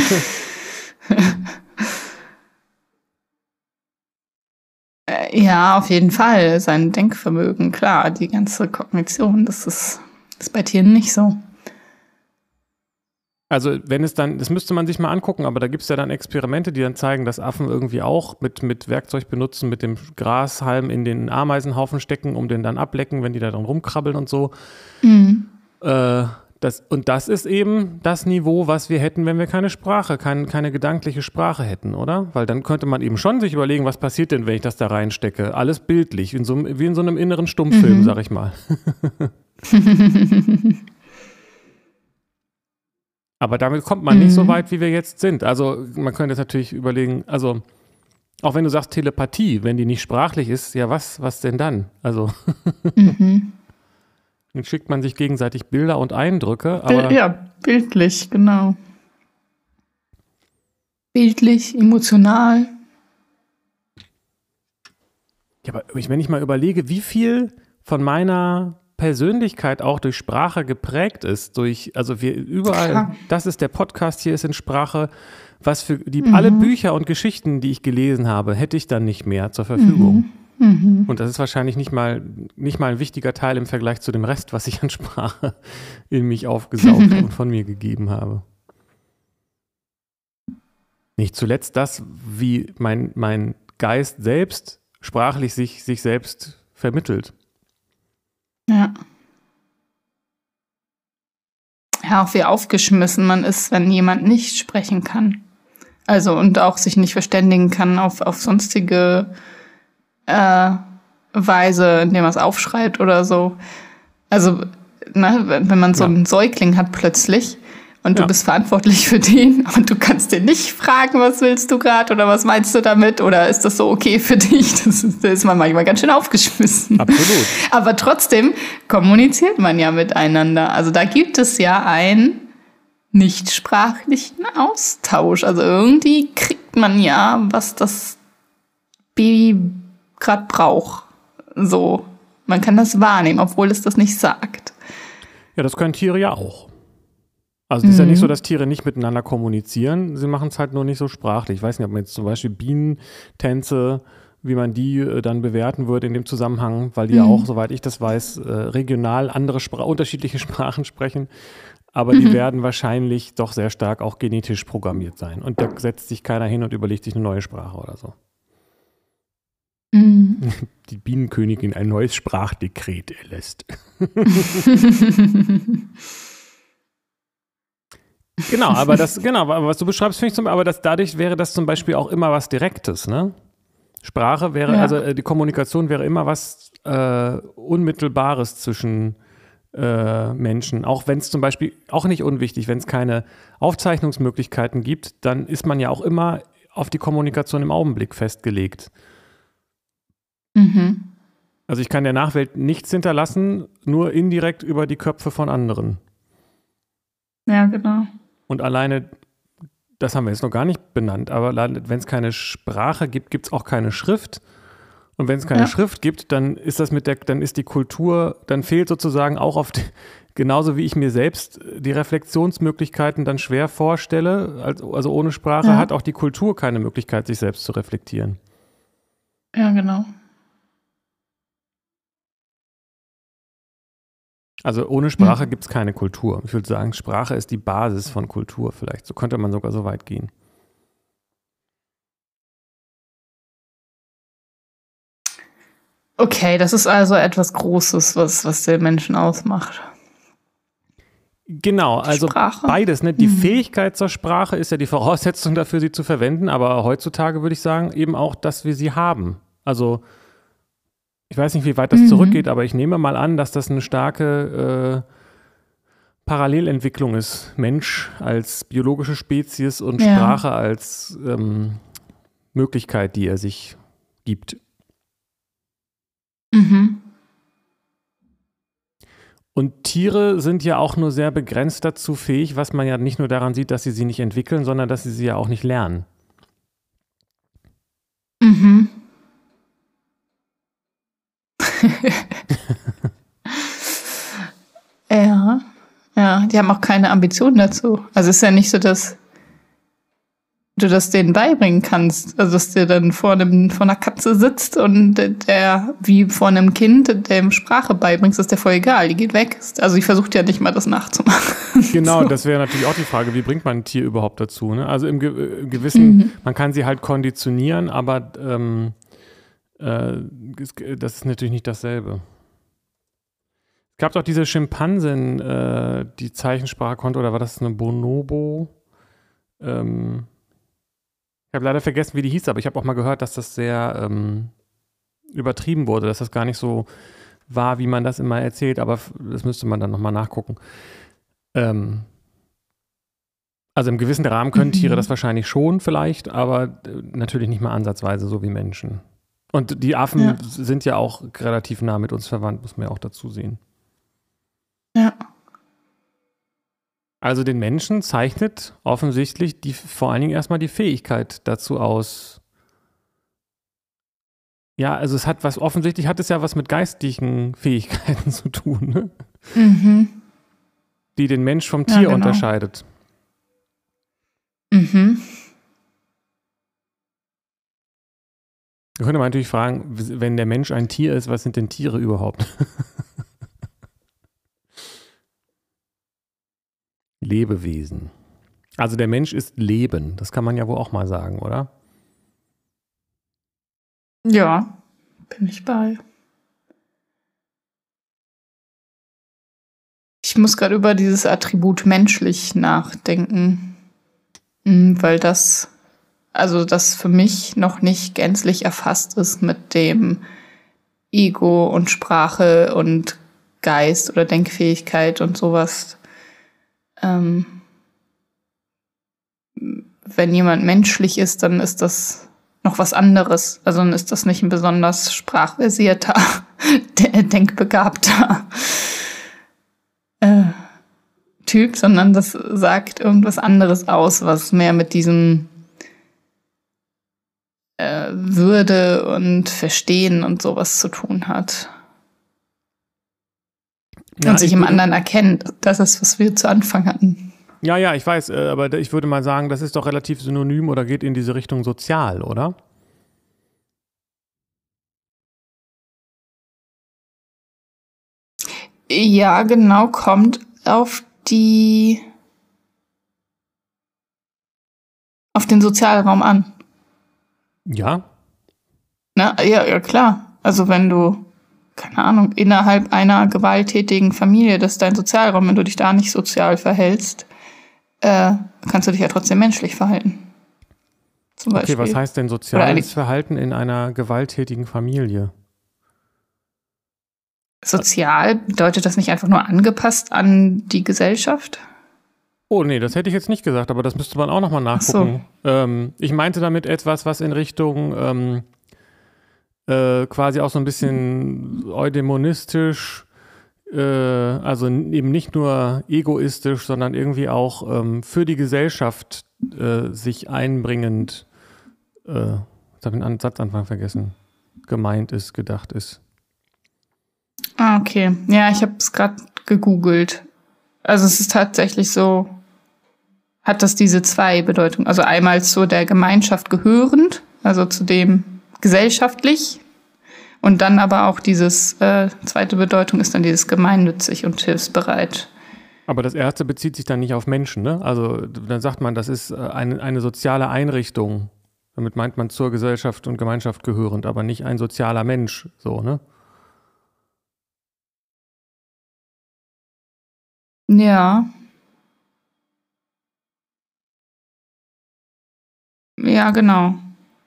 Äh, Ja, auf jeden Fall. Sein Denkvermögen, klar, die ganze Kognition, das ist, ist bei Tieren nicht so. Also wenn es dann, das müsste man sich mal angucken, aber da gibt es ja dann Experimente, die dann zeigen, dass Affen irgendwie auch mit, mit Werkzeug benutzen, mit dem Grashalm in den Ameisenhaufen stecken, um den dann ablecken, wenn die da dran rumkrabbeln und so. Mhm. Äh, das, und das ist eben das Niveau, was wir hätten, wenn wir keine Sprache, kein, keine gedankliche Sprache hätten, oder? Weil dann könnte man eben schon sich überlegen, was passiert denn, wenn ich das da reinstecke? Alles bildlich, in so, wie in so einem inneren Stummfilm, mhm. sag ich mal. Aber damit kommt man mhm. nicht so weit, wie wir jetzt sind. Also man könnte jetzt natürlich überlegen, also auch wenn du sagst Telepathie, wenn die nicht sprachlich ist, ja was, was denn dann? Also mhm. dann schickt man sich gegenseitig Bilder und Eindrücke. Aber ja, bildlich, genau. Bildlich, emotional. Ja, aber wenn ich mal überlege, wie viel von meiner Persönlichkeit auch durch Sprache geprägt ist, durch, also wir überall, Klar. das ist der Podcast, hier ist in Sprache, was für die, mhm. alle Bücher und Geschichten, die ich gelesen habe, hätte ich dann nicht mehr zur Verfügung. Mhm. Mhm. Und das ist wahrscheinlich nicht mal, nicht mal ein wichtiger Teil im Vergleich zu dem Rest, was ich an Sprache in mich aufgesaugt und von mir gegeben habe. Nicht zuletzt das, wie mein, mein Geist selbst sprachlich sich, sich selbst vermittelt. Ja. Ja, auch wie aufgeschmissen man ist, wenn jemand nicht sprechen kann. Also und auch sich nicht verständigen kann auf, auf sonstige äh, Weise, indem man es aufschreibt oder so. Also, ne, wenn man so ja. einen Säugling hat plötzlich und du ja. bist verantwortlich für den und du kannst den nicht fragen, was willst du gerade oder was meinst du damit oder ist das so okay für dich? Das ist, da ist man manchmal ganz schön aufgeschmissen. Absolut. Aber trotzdem kommuniziert man ja miteinander. Also da gibt es ja einen nicht sprachlichen Austausch. Also irgendwie kriegt man ja, was das Baby gerade braucht. So, man kann das wahrnehmen, obwohl es das nicht sagt. Ja, das können Tiere ja auch. Also es ist mhm. ja nicht so, dass Tiere nicht miteinander kommunizieren, sie machen es halt nur nicht so sprachlich. Ich weiß nicht, ob man jetzt zum Beispiel Bienentänze, wie man die äh, dann bewerten würde in dem Zusammenhang, weil die mhm. ja auch, soweit ich das weiß, äh, regional andere, Spra- unterschiedliche Sprachen sprechen. Aber mhm. die werden wahrscheinlich doch sehr stark auch genetisch programmiert sein. Und da setzt sich keiner hin und überlegt sich eine neue Sprache oder so. Mhm. Die Bienenkönigin ein neues Sprachdekret erlässt. Genau, aber das, genau, was du beschreibst, finde ich zum, aber das, dadurch wäre das zum Beispiel auch immer was Direktes, ne? Sprache wäre, ja. also die Kommunikation wäre immer was äh, Unmittelbares zwischen äh, Menschen. Auch wenn es zum Beispiel, auch nicht unwichtig, wenn es keine Aufzeichnungsmöglichkeiten gibt, dann ist man ja auch immer auf die Kommunikation im Augenblick festgelegt. Mhm. Also ich kann der Nachwelt nichts hinterlassen, nur indirekt über die Köpfe von anderen. Ja, genau. Und alleine, das haben wir jetzt noch gar nicht benannt, aber wenn es keine Sprache gibt, gibt es auch keine Schrift. Und wenn es keine ja. Schrift gibt, dann ist das mit der, dann ist die Kultur, dann fehlt sozusagen auch auf die, genauso wie ich mir selbst die Reflexionsmöglichkeiten dann schwer vorstelle, also, also ohne Sprache ja. hat auch die Kultur keine Möglichkeit, sich selbst zu reflektieren. Ja, genau. Also ohne Sprache mhm. gibt es keine Kultur. Ich würde sagen, Sprache ist die Basis von Kultur vielleicht. So könnte man sogar so weit gehen. Okay, das ist also etwas Großes, was, was den Menschen ausmacht. Genau, also Sprache. Beides. Ne? Die mhm. Fähigkeit zur Sprache ist ja die Voraussetzung dafür, sie zu verwenden. Aber heutzutage würde ich sagen, eben auch, dass wir sie haben. Also ich weiß nicht, wie weit das mhm. zurückgeht, aber ich nehme mal an, dass das eine starke äh, Parallelentwicklung ist. Mensch als biologische Spezies und ja. Sprache als ähm, Möglichkeit, die er sich gibt. Mhm. Und Tiere sind ja auch nur sehr begrenzt dazu fähig, was man ja nicht nur daran sieht, dass sie sie nicht entwickeln, sondern dass sie sie ja auch nicht lernen. Mhm. ja, ja, die haben auch keine Ambitionen dazu. Also es ist ja nicht so, dass du das denen beibringen kannst. Also, dass der dann vor, einem, vor einer Katze sitzt und der, wie vor einem Kind, dem Sprache beibringst, ist der voll egal, die geht weg. Also, ich versuche ja nicht mal, das nachzumachen. Genau, so. Das wäre natürlich auch die Frage, wie bringt man ein Tier überhaupt dazu? Ne? Also, im, Ge im Gewissen, mhm. man kann sie halt konditionieren, aber ähm, äh, das ist natürlich nicht dasselbe. Es gab doch diese Schimpansen, äh, die Zeichensprache konnte, oder war das eine Bonobo? Ähm, ich habe leider vergessen, wie die hieß, aber ich habe auch mal gehört, dass das sehr ähm, übertrieben wurde, dass das gar nicht so war, wie man das immer erzählt, aber das müsste man dann nochmal nachgucken. Ähm, also im gewissen Rahmen können mhm. Tiere das wahrscheinlich schon vielleicht, aber natürlich nicht mal ansatzweise so wie Menschen. Und die Affen ja. sind ja auch relativ nah mit uns verwandt, muss man ja auch dazu sehen. Ja. Also den Menschen zeichnet offensichtlich die, vor allen Dingen erstmal die Fähigkeit dazu aus. Ja, also es hat was, offensichtlich hat es ja was mit geistigen Fähigkeiten zu tun, ne? Mhm. Die den Mensch vom Tier ja, genau. unterscheidet. Mhm. Da könnte man natürlich fragen, wenn der Mensch ein Tier ist, was sind denn Tiere überhaupt? Lebewesen. Also der Mensch ist Leben. Das kann man ja wohl auch mal sagen, oder? Ja, bin ich bei. Ich muss gerade über dieses Attribut menschlich nachdenken, weil das, also das für mich noch nicht gänzlich erfasst ist mit dem Ego und Sprache und Geist oder Denkfähigkeit und sowas. Ähm, wenn jemand menschlich ist, dann ist das noch was anderes. Also dann ist das nicht ein besonders sprachversierter, denkbegabter äh, Typ, sondern das sagt irgendwas anderes aus, was mehr mit diesem äh, Würde und Verstehen und sowas zu tun hat. Ja, und sich im anderen erkennt. Das ist, was wir zu Anfang hatten. Ja, ja, ich weiß, aber ich würde mal sagen, das ist doch relativ synonym oder geht in diese Richtung sozial, oder? Ja, genau, kommt auf die auf den Sozialraum an. Ja? Na, ja, ja, klar. Also wenn du keine Ahnung, innerhalb einer gewalttätigen Familie, das ist dein Sozialraum, wenn du dich da nicht sozial verhältst, äh, kannst du dich ja trotzdem menschlich verhalten. Zum Beispiel. Okay, was heißt denn soziales Verhalten in einer gewalttätigen Familie? Sozial bedeutet das nicht einfach nur angepasst an die Gesellschaft? Oh nee, das hätte ich jetzt nicht gesagt, aber das müsste man auch nochmal nachgucken. So. Ähm, ich meinte damit etwas, was in Richtung ähm, Äh, quasi auch so ein bisschen eudämonistisch, äh, also eben nicht nur egoistisch, sondern irgendwie auch ähm, für die Gesellschaft äh, sich einbringend, äh, jetzt habe ich den Satzanfang vergessen, gemeint ist, gedacht ist. Ah, okay. Ja, ich habe es gerade gegoogelt. Also es ist tatsächlich so, hat das diese zwei Bedeutungen. Also einmal zu der Gemeinschaft gehörend, also zu dem gesellschaftlich, und dann aber auch dieses äh, zweite Bedeutung ist dann dieses gemeinnützig und hilfsbereit. Aber das erste bezieht sich dann nicht auf Menschen, ne? Also dann sagt man, das ist eine, eine soziale Einrichtung. Damit meint man zur Gesellschaft und Gemeinschaft gehörend, aber nicht ein sozialer Mensch, so, ne? Ja. Ja, genau.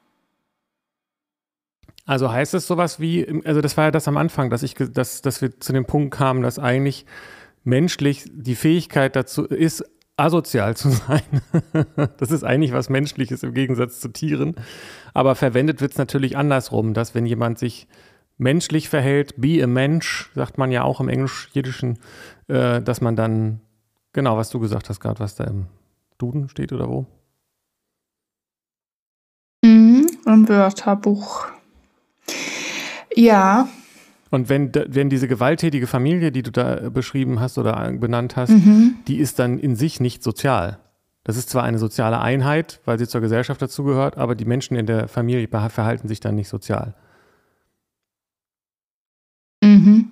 Also heißt es sowas wie, also das war ja das am Anfang, dass ich, dass, dass wir zu dem Punkt kamen, dass eigentlich menschlich die Fähigkeit dazu ist, asozial zu sein. Das ist eigentlich was Menschliches im Gegensatz zu Tieren. Aber verwendet wird es natürlich andersrum, dass wenn jemand sich menschlich verhält, be a Mensch, sagt man ja auch im Englisch-Jiddischen, äh, dass man dann, genau, was du gesagt hast gerade, was da im Duden steht oder wo? Mhm, im Wörterbuch. Ja. Und wenn, wenn diese gewalttätige Familie, die du da beschrieben hast oder benannt hast, mhm. die ist dann in sich nicht sozial. Das ist zwar eine soziale Einheit, weil sie zur Gesellschaft dazugehört, aber die Menschen in der Familie verhalten sich dann nicht sozial. Mhm.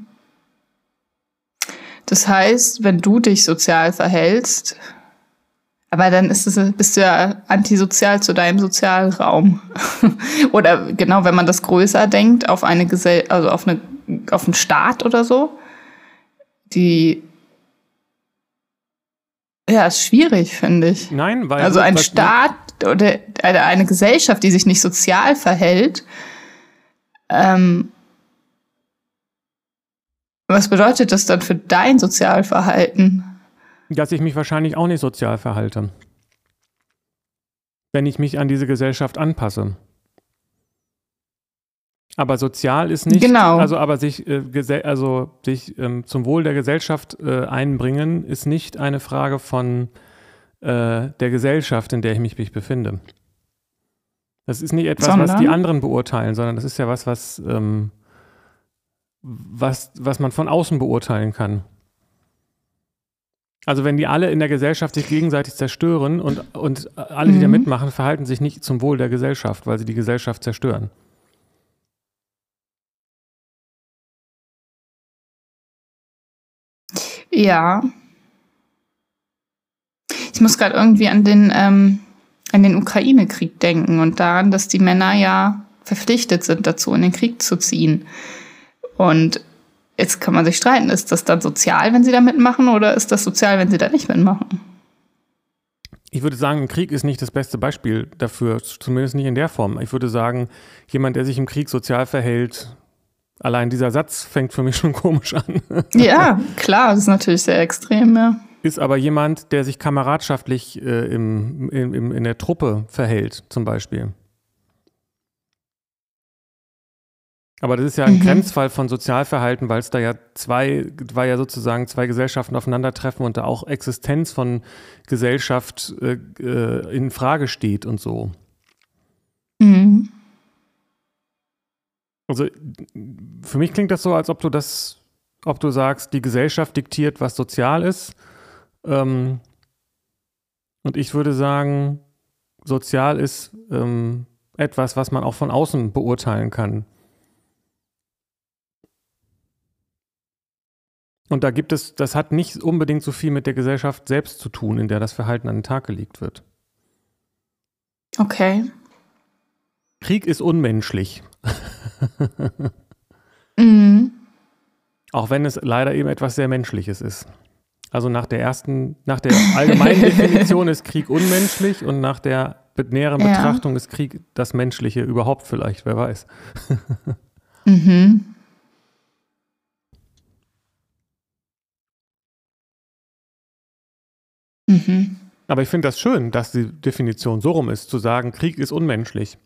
Das heißt, wenn du dich sozial verhältst, aber dann ist es, bist du ja antisozial zu deinem Sozialraum. Oder genau, wenn man das größer denkt, auf eine Gesell also auf eine auf einen Staat oder so, die ja, ist schwierig, finde ich. Nein, weil also ein Staat oder eine Gesellschaft, die sich nicht sozial verhält, ähm, was bedeutet das dann für dein Sozialverhalten? Dass ich mich wahrscheinlich auch nicht sozial verhalte, wenn ich mich an diese Gesellschaft anpasse. Aber sozial ist nicht, genau. also aber sich, äh, also sich ähm, zum Wohl der Gesellschaft äh, einbringen, ist nicht eine Frage von äh, der Gesellschaft, in der ich mich befinde. Das ist nicht etwas, sondern? was die anderen beurteilen, sondern das ist ja was, was, ähm, was, was man von außen beurteilen kann. Also wenn die alle in der Gesellschaft sich gegenseitig zerstören und, und alle, die mhm. da mitmachen, verhalten sich nicht zum Wohl der Gesellschaft, weil sie die Gesellschaft zerstören. Ja. Ich muss gerade irgendwie an den, ähm, an den Ukraine-Krieg denken und daran, dass die Männer ja verpflichtet sind dazu, in den Krieg zu ziehen. Und jetzt kann man sich streiten, ist das dann sozial, wenn sie da mitmachen, oder ist das sozial, wenn sie da nicht mitmachen? Ich würde sagen, ein Krieg ist nicht das beste Beispiel dafür, zumindest nicht in der Form. Ich würde sagen, jemand, der sich im Krieg sozial verhält, allein dieser Satz fängt für mich schon komisch an. Ja, klar, das ist natürlich sehr extrem, ja. Ist aber jemand, der sich kameradschaftlich äh, im, im, in der Truppe verhält, zum Beispiel. Aber das ist ja ein mhm. Grenzfall von Sozialverhalten, weil es da ja zwei, weil ja sozusagen zwei Gesellschaften aufeinandertreffen und da auch Existenz von Gesellschaft äh, in Frage steht und so. Mhm. Also für mich klingt das so, als ob du das, ob du sagst, die Gesellschaft diktiert, was sozial ist. Ähm, und ich würde sagen, sozial ist ähm, etwas, was man auch von außen beurteilen kann. Und da gibt es, das hat nicht unbedingt so viel mit der Gesellschaft selbst zu tun, in der das Verhalten an den Tag gelegt wird. Okay. Krieg ist unmenschlich. Mhm. Auch wenn es leider eben etwas sehr Menschliches ist. Also nach der ersten, nach der allgemeinen Definition ist Krieg unmenschlich und nach der näheren ja. Betrachtung ist Krieg das Menschliche überhaupt vielleicht, wer weiß. Mhm. Mhm. Aber ich finde das schön, dass die Definition so rum ist, zu sagen, Krieg ist unmenschlich.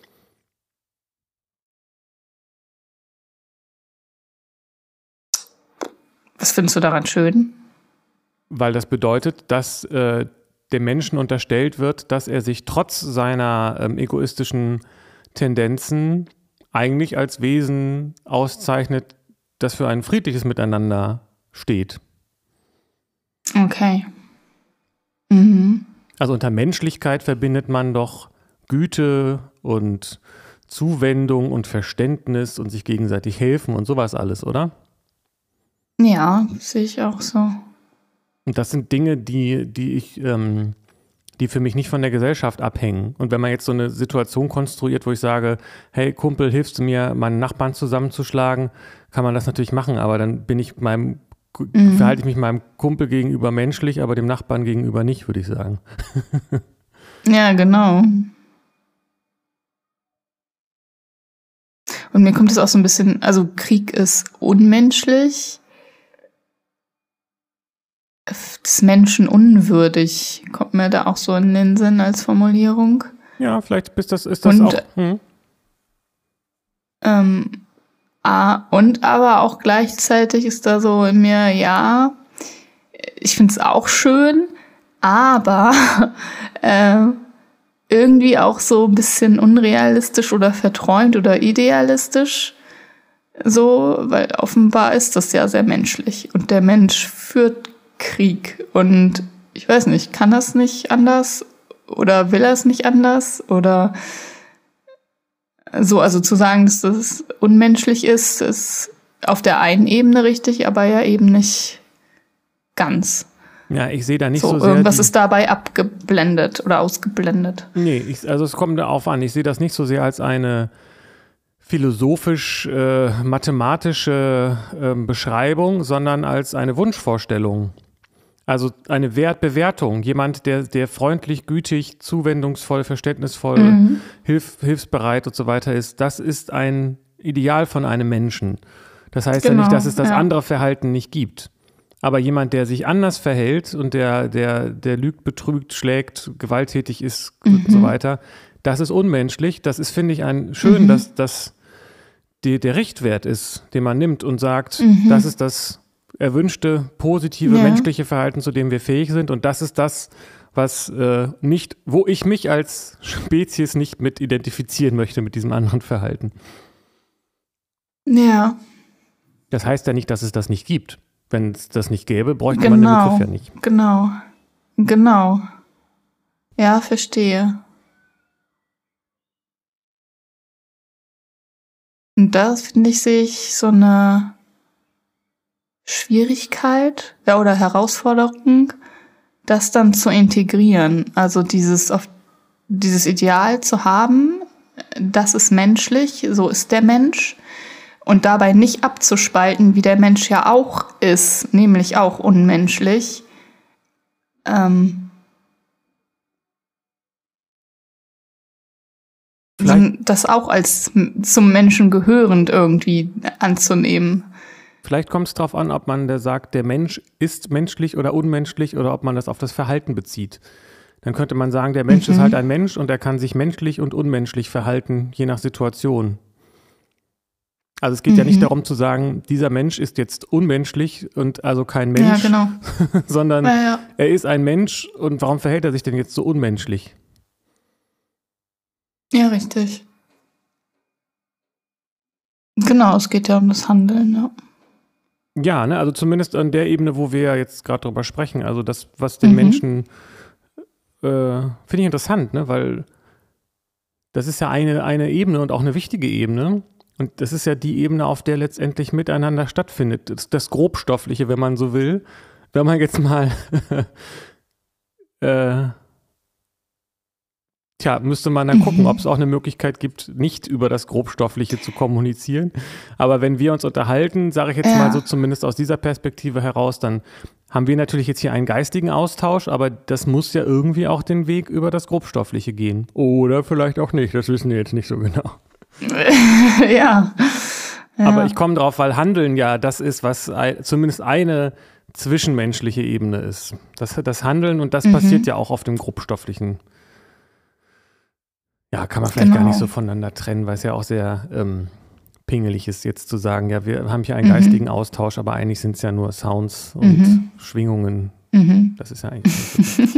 Was findest du daran schön? Weil das bedeutet, dass äh, dem Menschen unterstellt wird, dass er sich trotz seiner ähm, egoistischen Tendenzen eigentlich als Wesen auszeichnet, das für ein friedliches Miteinander steht. Okay. Mhm. Also unter Menschlichkeit verbindet man doch Güte und Zuwendung und Verständnis und sich gegenseitig helfen und sowas alles, oder? Ja, sehe ich auch so. Und das sind Dinge, die, die ich, ähm, die für mich nicht von der Gesellschaft abhängen. Und wenn man jetzt so eine Situation konstruiert, wo ich sage, hey Kumpel, hilfst du mir, meinen Nachbarn zusammenzuschlagen, kann man das natürlich machen, aber dann bin ich meinem, mhm. verhalte ich mich meinem Kumpel gegenüber menschlich, aber dem Nachbarn gegenüber nicht, würde ich sagen. Ja, genau. Und mir kommt es auch so ein bisschen, also Krieg ist unmenschlich. Des Menschen unwürdig, kommt mir da auch so in den Sinn als Formulierung. Ja, vielleicht ist das, ist das und, auch. Hm. Ähm, ah, und aber auch gleichzeitig ist da so in mir, ja, ich finde es auch schön, aber äh, irgendwie auch so ein bisschen unrealistisch oder verträumt oder idealistisch. So, weil offenbar ist das ja sehr menschlich und der Mensch führt Krieg und ich weiß nicht, kann das nicht anders oder will er es nicht anders oder so, also zu sagen, dass das unmenschlich ist, ist auf der einen Ebene richtig, aber ja eben nicht ganz. Ja, ich sehe da nicht so, so sehr. Irgendwas die, ist dabei abgeblendet oder ausgeblendet. Nee, ich, also es kommt darauf an. Ich sehe das nicht so sehr als eine philosophisch-mathematische äh, äh, Beschreibung, sondern als eine Wunschvorstellung. Also eine Wertbewertung. Jemand, der, der freundlich, gütig, zuwendungsvoll, verständnisvoll, mhm. hilf, hilfsbereit und so weiter ist, das ist ein Ideal von einem Menschen. Das heißt genau, ja nicht, dass es das ja. andere Verhalten nicht gibt. Aber jemand, der sich anders verhält und der, der, der lügt, betrügt, schlägt, gewalttätig ist mhm. und so weiter, das ist unmenschlich. Das ist, finde ich, ein schön, mhm. dass das die, der Richtwert ist, den man nimmt und sagt, mhm. das ist das erwünschte, positive, ja. menschliche Verhalten, zu dem wir fähig sind. Und das ist das, was äh, nicht, wo ich mich als Spezies nicht mit identifizieren möchte mit diesem anderen Verhalten. Ja. Das heißt ja nicht, dass es das nicht gibt. Wenn es das nicht gäbe, bräuchte genau, man den Begriff ja nicht. Genau, genau. Ja, verstehe. Und da, finde ich, sehe ich so eine Schwierigkeit ja, oder Herausforderung, das dann zu integrieren. Also dieses, auf, dieses Ideal zu haben, das ist menschlich, so ist der Mensch. Und dabei nicht abzuspalten, wie der Mensch ja auch ist, nämlich auch unmenschlich. Ähm, das auch als zum Menschen gehörend irgendwie anzunehmen. Vielleicht kommt es darauf an, ob man der sagt, der Mensch ist menschlich oder unmenschlich oder ob man das auf das Verhalten bezieht. Dann könnte man sagen, der Mensch mhm. ist halt ein Mensch und er kann sich menschlich und unmenschlich verhalten, je nach Situation. Also es geht mhm. ja nicht darum zu sagen, dieser Mensch ist jetzt unmenschlich und also kein Mensch, ja, genau. sondern ja, ja. er ist ein Mensch und warum verhält er sich denn jetzt so unmenschlich? Ja, richtig. Genau, es geht ja um das Handeln, ja. Ja, ne, also zumindest an der Ebene, wo wir ja jetzt gerade drüber sprechen, also das, was den mhm. Menschen, äh, finde ich interessant, ne, weil das ist ja eine, eine Ebene und auch eine wichtige Ebene. Und das ist ja die Ebene, auf der letztendlich miteinander stattfindet. Das, das Grobstoffliche, wenn man so will. Wenn man jetzt mal äh, tja, müsste man dann gucken, ob es auch eine Möglichkeit gibt, nicht über das Grobstoffliche zu kommunizieren. Aber wenn wir uns unterhalten, sage ich jetzt ja. mal so zumindest aus dieser Perspektive heraus, dann haben wir natürlich jetzt hier einen geistigen Austausch, aber das muss ja irgendwie auch den Weg über das Grobstoffliche gehen. Oder vielleicht auch nicht, das wissen wir jetzt nicht so genau. ja. ja. Aber ich komme drauf, weil Handeln ja das ist, was ein, zumindest eine zwischenmenschliche Ebene ist. Das, das Handeln und das mhm. passiert ja auch auf dem grobstofflichen. Ja, kann man vielleicht genau. gar nicht so voneinander trennen, weil es ja auch sehr ähm, pingelig ist, jetzt zu sagen, ja, wir haben hier einen mhm. geistigen Austausch, aber eigentlich sind es ja nur Sounds und mhm. Schwingungen. Mhm. Das ist ja eigentlich nicht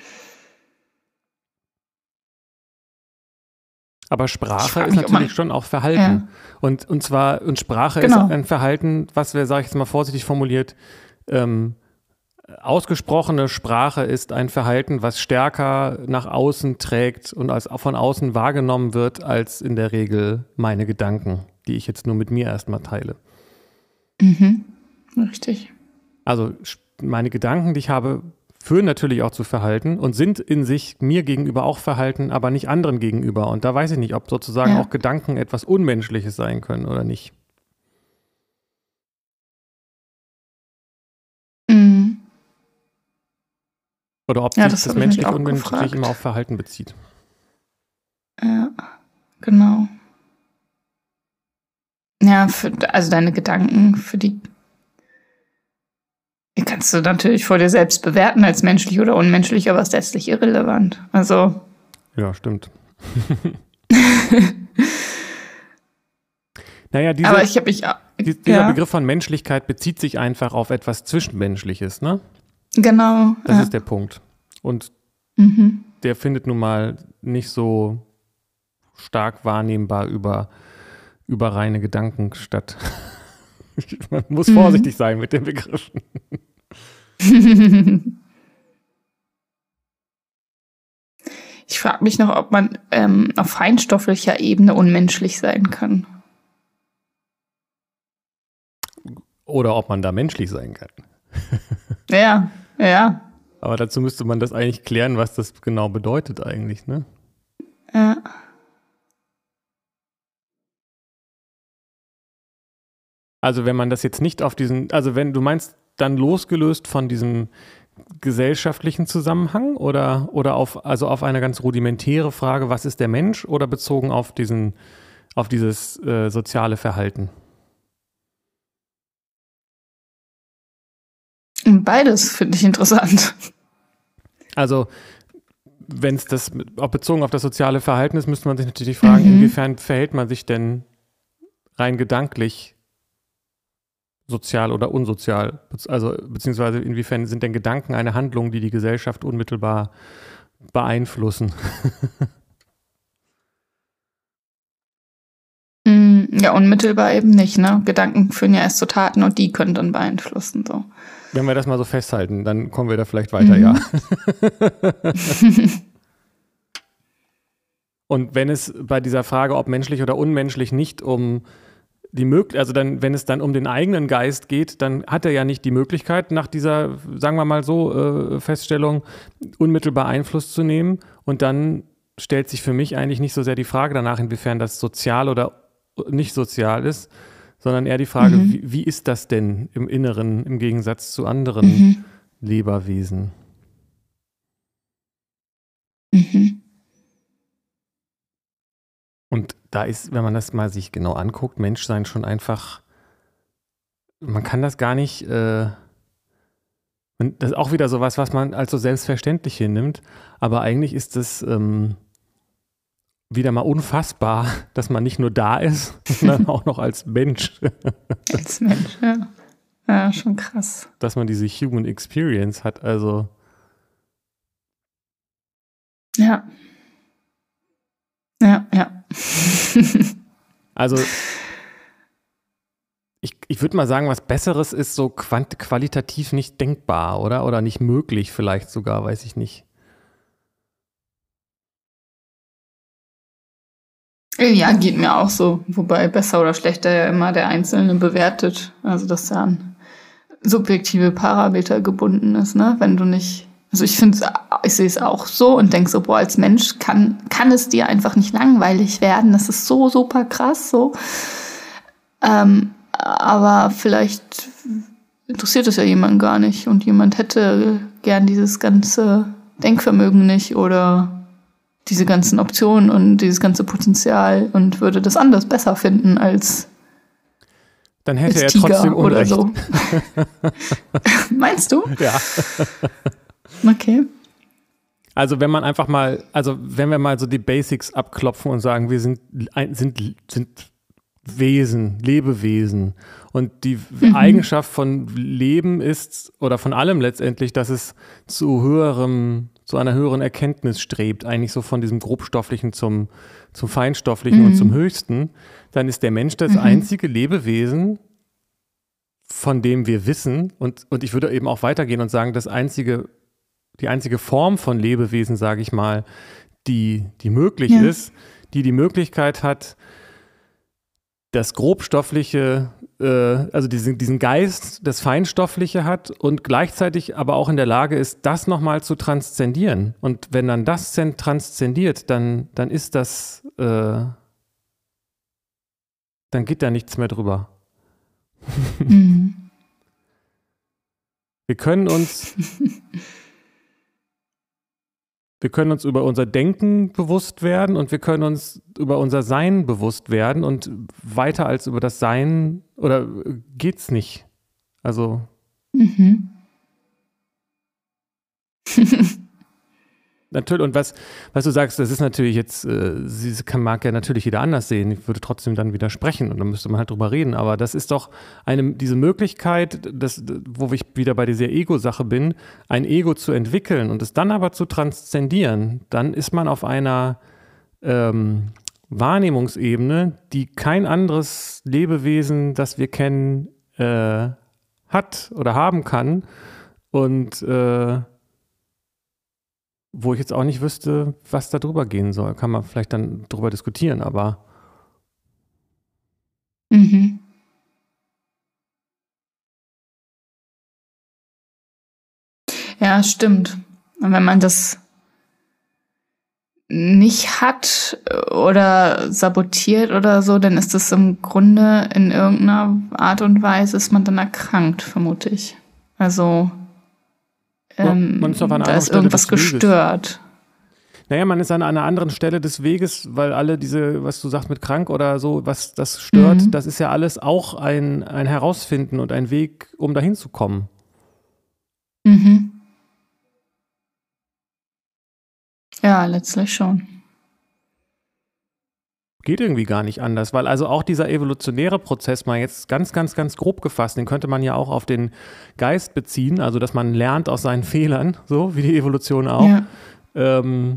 Aber Sprache ist natürlich man, schon auch Verhalten. Ja. Und, und zwar, und Sprache genau. ist ein Verhalten, was wir, sage ich jetzt mal vorsichtig formuliert, ähm, ausgesprochene Sprache ist ein Verhalten, was stärker nach außen trägt und als von außen wahrgenommen wird, als in der Regel meine Gedanken, die ich jetzt nur mit mir erstmal teile. Mhm. Richtig. Also meine Gedanken, die ich habe, führen natürlich auch zu Verhalten und sind in sich mir gegenüber auch Verhalten, aber nicht anderen gegenüber. Und da weiß ich nicht, ob sozusagen ja. auch Gedanken etwas Unmenschliches sein können oder nicht. Mhm. Oder ob ja, sich das, das menschliche Unmenschliche immer auf Verhalten bezieht. Ja, genau. Ja, für, also deine Gedanken, für die Die kannst du natürlich vor dir selbst bewerten als menschlich oder unmenschlich, aber ist letztlich irrelevant. Also. Ja, stimmt. naja, diese, aber ich habe mich. Die, dieser ja. Begriff von Menschlichkeit bezieht sich einfach auf etwas Zwischenmenschliches, ne? Genau. Das ja. ist der Punkt. Und mhm. der findet nun mal nicht so stark wahrnehmbar über, über reine Gedanken statt. Man muss mhm. vorsichtig sein mit den Begriffen. Ich frage mich noch, ob man ähm, auf feinstofflicher Ebene unmenschlich sein kann. Oder ob man da menschlich sein kann. Ja, ja. Aber dazu müsste man das eigentlich klären, was das genau bedeutet eigentlich, ne? Ja. Also wenn man das jetzt nicht auf diesen, also wenn du meinst, dann losgelöst von diesem gesellschaftlichen Zusammenhang oder, oder auf, also auf eine ganz rudimentäre Frage, was ist der Mensch, oder bezogen auf diesen, auf dieses äh, soziale Verhalten? Beides finde ich interessant. Also wenn es das, auch bezogen auf das soziale Verhalten ist, müsste man sich natürlich fragen, mhm. inwiefern verhält man sich denn rein gedanklich sozial oder unsozial? Also beziehungsweise inwiefern sind denn Gedanken eine Handlung, die die Gesellschaft unmittelbar beeinflussen? Ja, unmittelbar eben nicht, ne? Gedanken führen ja erst zu Taten und die können dann beeinflussen, so. Wenn wir das mal so festhalten, dann kommen wir da vielleicht weiter, mhm. ja. Und wenn es bei dieser Frage, ob menschlich oder unmenschlich, nicht um die Möglichkeit, also dann, wenn es dann um den eigenen Geist geht, dann hat er ja nicht die Möglichkeit, nach dieser, sagen wir mal so, äh, Feststellung unmittelbar Einfluss zu nehmen. Und dann stellt sich für mich eigentlich nicht so sehr die Frage danach, inwiefern das sozial oder nicht sozial ist, sondern eher die Frage, mhm. wie, wie ist das denn im Inneren im Gegensatz zu anderen mhm. Lebewesen? Mhm. Und da ist, wenn man das mal sich genau anguckt, Menschsein schon einfach, man kann das gar nicht, äh, das ist auch wieder sowas, was man als so selbstverständlich hinnimmt, aber eigentlich ist das ähm, wieder mal unfassbar, dass man nicht nur da ist, sondern auch noch als Mensch. Als Mensch, ja. Ja, schon krass. Dass man diese Human Experience hat, also. Ja. Ja, ja. Also, ich, ich würde mal sagen, was Besseres ist so quant- qualitativ nicht denkbar, oder? Oder nicht möglich vielleicht sogar, weiß ich nicht. Ja, geht mir auch so. Wobei besser oder schlechter ja immer der Einzelne bewertet. Also, dass da an subjektive Parameter gebunden ist, ne? Wenn du nicht, also ich finde, ich sehe es auch so und denke so, boah, als Mensch kann, kann es dir einfach nicht langweilig werden. Das ist so super krass, so. Ähm, aber vielleicht interessiert es ja jemanden gar nicht und jemand hätte gern dieses ganze Denkvermögen nicht oder diese ganzen Optionen und dieses ganze Potenzial und würde das anders besser finden als dann hätte als er Tiger trotzdem Unrecht. Oder so. Meinst du? Ja. Okay. Also wenn man einfach mal, also wenn wir mal so die Basics abklopfen und sagen, wir sind, sind, sind Wesen, Lebewesen, und die mhm. Eigenschaft von Leben ist, oder von allem letztendlich, dass es zu höherem, zu einer höheren Erkenntnis strebt, eigentlich so von diesem grobstofflichen zum, zum feinstofflichen mhm. und zum höchsten, dann ist der Mensch das mhm. einzige Lebewesen, von dem wir wissen, und, und ich würde eben auch weitergehen und sagen, das einzige, die einzige Form von Lebewesen, sage ich mal, die, die möglich ja. ist, die die Möglichkeit hat, das Grobstoffliche, äh, also diesen, diesen Geist, das Feinstoffliche hat und gleichzeitig aber auch in der Lage ist, das nochmal zu transzendieren. Und wenn dann das transzendiert, dann, dann ist das, äh, dann geht da nichts mehr drüber. Mhm. Wir können uns Wir können uns über unser Denken bewusst werden und wir können uns über unser Sein bewusst werden, und weiter als über das Sein oder geht's nicht. Also. Mhm. Natürlich, und was, was du sagst, das ist natürlich jetzt, äh, sie kann, mag ja natürlich jeder anders sehen. Ich würde trotzdem dann widersprechen und dann müsste man halt drüber reden. Aber das ist doch eine, diese Möglichkeit, das, wo ich wieder bei dieser Ego-Sache bin, ein Ego zu entwickeln und es dann aber zu transzendieren. Dann ist man auf einer ähm, Wahrnehmungsebene, die kein anderes Lebewesen, das wir kennen, äh, hat oder haben kann. Und äh, wo ich jetzt auch nicht wüsste, was da drüber gehen soll. Kann man vielleicht dann drüber diskutieren, aber Mhm. Ja, stimmt. Und wenn man das nicht hat oder sabotiert oder so, dann ist das im Grunde in irgendeiner Art und Weise, ist man dann erkrankt, vermute ich. Also ähm, man ist auf einer da anderen ist Stelle irgendwas des Weges. gestört. Naja, man ist an einer anderen Stelle des Weges, weil alle diese, was du sagst mit krank oder so, was das stört, Mhm. das ist ja alles auch ein, ein Herausfinden und ein Weg, um dahin zu kommen. Mhm. Ja, letztlich schon. Geht irgendwie gar nicht anders, weil also auch dieser evolutionäre Prozess, mal jetzt ganz, ganz, ganz grob gefasst, den könnte man ja auch auf den Geist beziehen, also dass man lernt aus seinen Fehlern, so wie die Evolution auch. Ja. Ähm,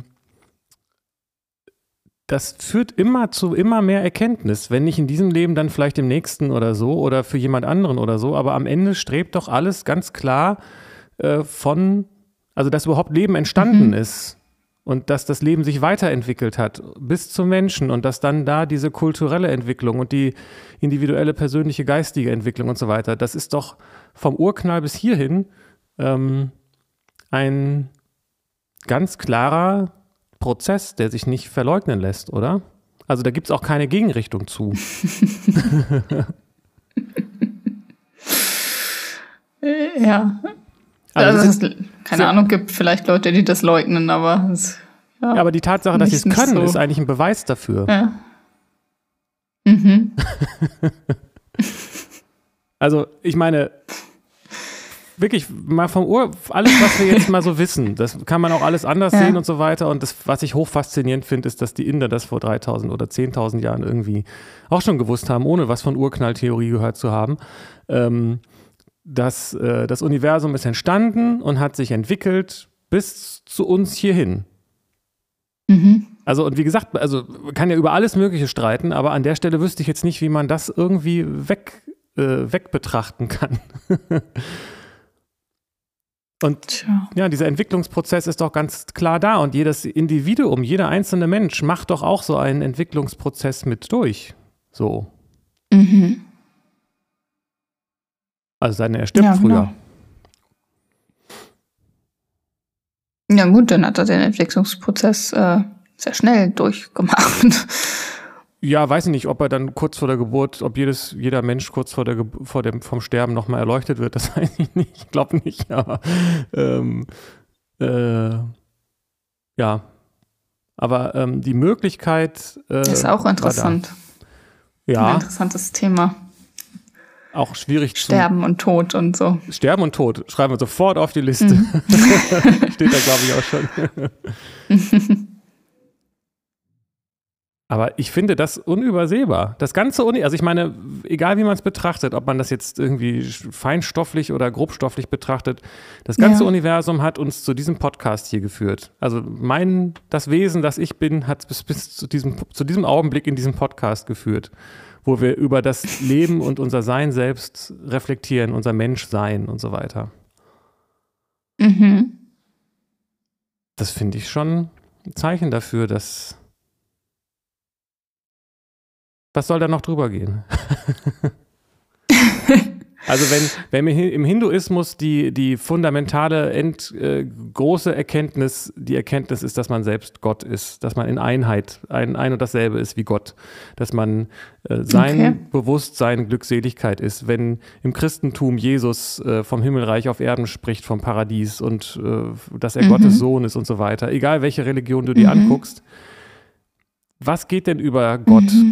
das führt immer zu immer mehr Erkenntnis, wenn nicht in diesem Leben, dann vielleicht im nächsten oder so oder für jemand anderen oder so, aber am Ende strebt doch alles ganz klar äh, von, also dass überhaupt Leben entstanden Mhm. ist und dass das Leben sich weiterentwickelt hat bis zum Menschen und dass dann da diese kulturelle Entwicklung und die individuelle, persönliche, geistige Entwicklung und so weiter, das ist doch vom Urknall bis hierhin ähm, ein ganz klarer Prozess, der sich nicht verleugnen lässt, oder? Also da gibt es auch keine Gegenrichtung zu. Äh, Ja. Also Also, das es, keine Ahnung, gibt vielleicht Leute, die das leugnen, aber es, ja, Ja, aber die Tatsache, dass sie es nicht- nicht können, so. ist eigentlich ein Beweis dafür. Ja. Mhm. Also ich meine, wirklich mal vom Ur, alles, was wir jetzt mal so wissen, das kann man auch alles anders Ja. sehen und so weiter. Und das, was ich hochfaszinierend finde, ist, dass die Inder das vor dreitausend oder zehntausend Jahren irgendwie auch schon gewusst haben, ohne was von Urknalltheorie gehört zu haben. Ähm, dass äh, das Universum ist entstanden und hat sich entwickelt bis zu uns hierhin. Mhm. Also, und wie gesagt, also man kann ja über alles Mögliche streiten, aber an der Stelle wüsste ich jetzt nicht, wie man das irgendwie weg, äh, weg betrachten kann. Und Tja. ja, dieser Entwicklungsprozess ist doch ganz klar da und jedes Individuum, jeder einzelne Mensch macht doch auch so einen Entwicklungsprozess mit durch. So. Mhm. Also seine er stirbt Ja, früher. genau. Ja gut, dann hat er den Entwicklungsprozess äh, sehr schnell durchgemacht. Ja, weiß ich nicht, ob er dann kurz vor der Geburt, ob jedes, jeder Mensch kurz vor, der, Ge- vor dem, vom Sterben nochmal erleuchtet wird, das weiß ich nicht. Ich glaube nicht, aber ähm, äh, ja. Aber ähm, die Möglichkeit äh, Ist auch war interessant. da. Ein Ja, interessantes Thema. auch schwierig Sterben und Tod und so. zu Sterben und Tod. Schreiben wir sofort auf die Liste. Mhm. Steht da, glaube ich, auch schon. Aber ich finde das unübersehbar. Das ganze Uni, also ich meine, egal wie man es betrachtet, ob man das jetzt irgendwie feinstofflich oder grobstofflich betrachtet, das ganze Ja. Universum hat uns zu diesem Podcast hier geführt. Also mein, das Wesen, das ich bin, hat es bis, bis zu, diesem, zu diesem Augenblick in diesem Podcast geführt, wo wir über das Leben und unser Sein selbst reflektieren, unser Menschsein und so weiter. Mhm. Das finde ich schon ein Zeichen dafür, dass was soll da noch drüber gehen? Also wenn, wenn im Hinduismus die, die fundamentale, end, äh, große Erkenntnis, die Erkenntnis ist, dass man selbst Gott ist, dass man in Einheit, ein, ein und dasselbe ist wie Gott, dass man äh, sein Okay. Bewusstsein Glückseligkeit ist. Wenn im Christentum Jesus äh, vom Himmelreich auf Erden spricht, vom Paradies und äh, dass er Mhm. Gottes Sohn ist und so weiter, egal welche Religion du dir Mhm. anguckst, was geht denn über Gott? Mhm.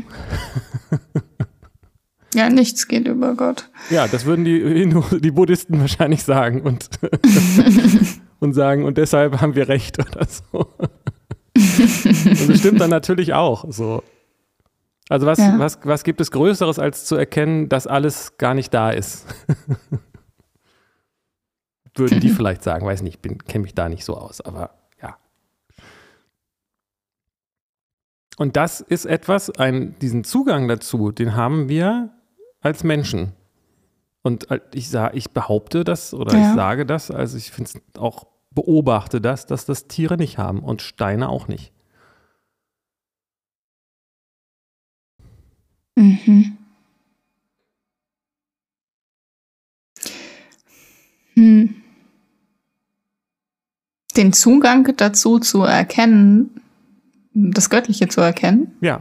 Ja, nichts geht über Gott. Ja, das würden die, Hindu, die Buddhisten wahrscheinlich sagen und, und sagen, und deshalb haben wir Recht oder so. Und das stimmt dann natürlich auch so. Also was, Ja. was, was gibt es Größeres, als zu erkennen, dass alles gar nicht da ist? Würden die vielleicht sagen, weiß nicht, ich kenne mich da nicht so aus, aber ja. Und das ist etwas, ein, diesen Zugang dazu, den haben wir als Menschen. Und ich, sag, ich behaupte das oder Ja. ich sage das, also ich finde es auch beobachte das, dass das Tiere nicht haben und Steine auch nicht. Mhm. Hm. Den Zugang dazu zu erkennen, das Göttliche zu erkennen? Ja.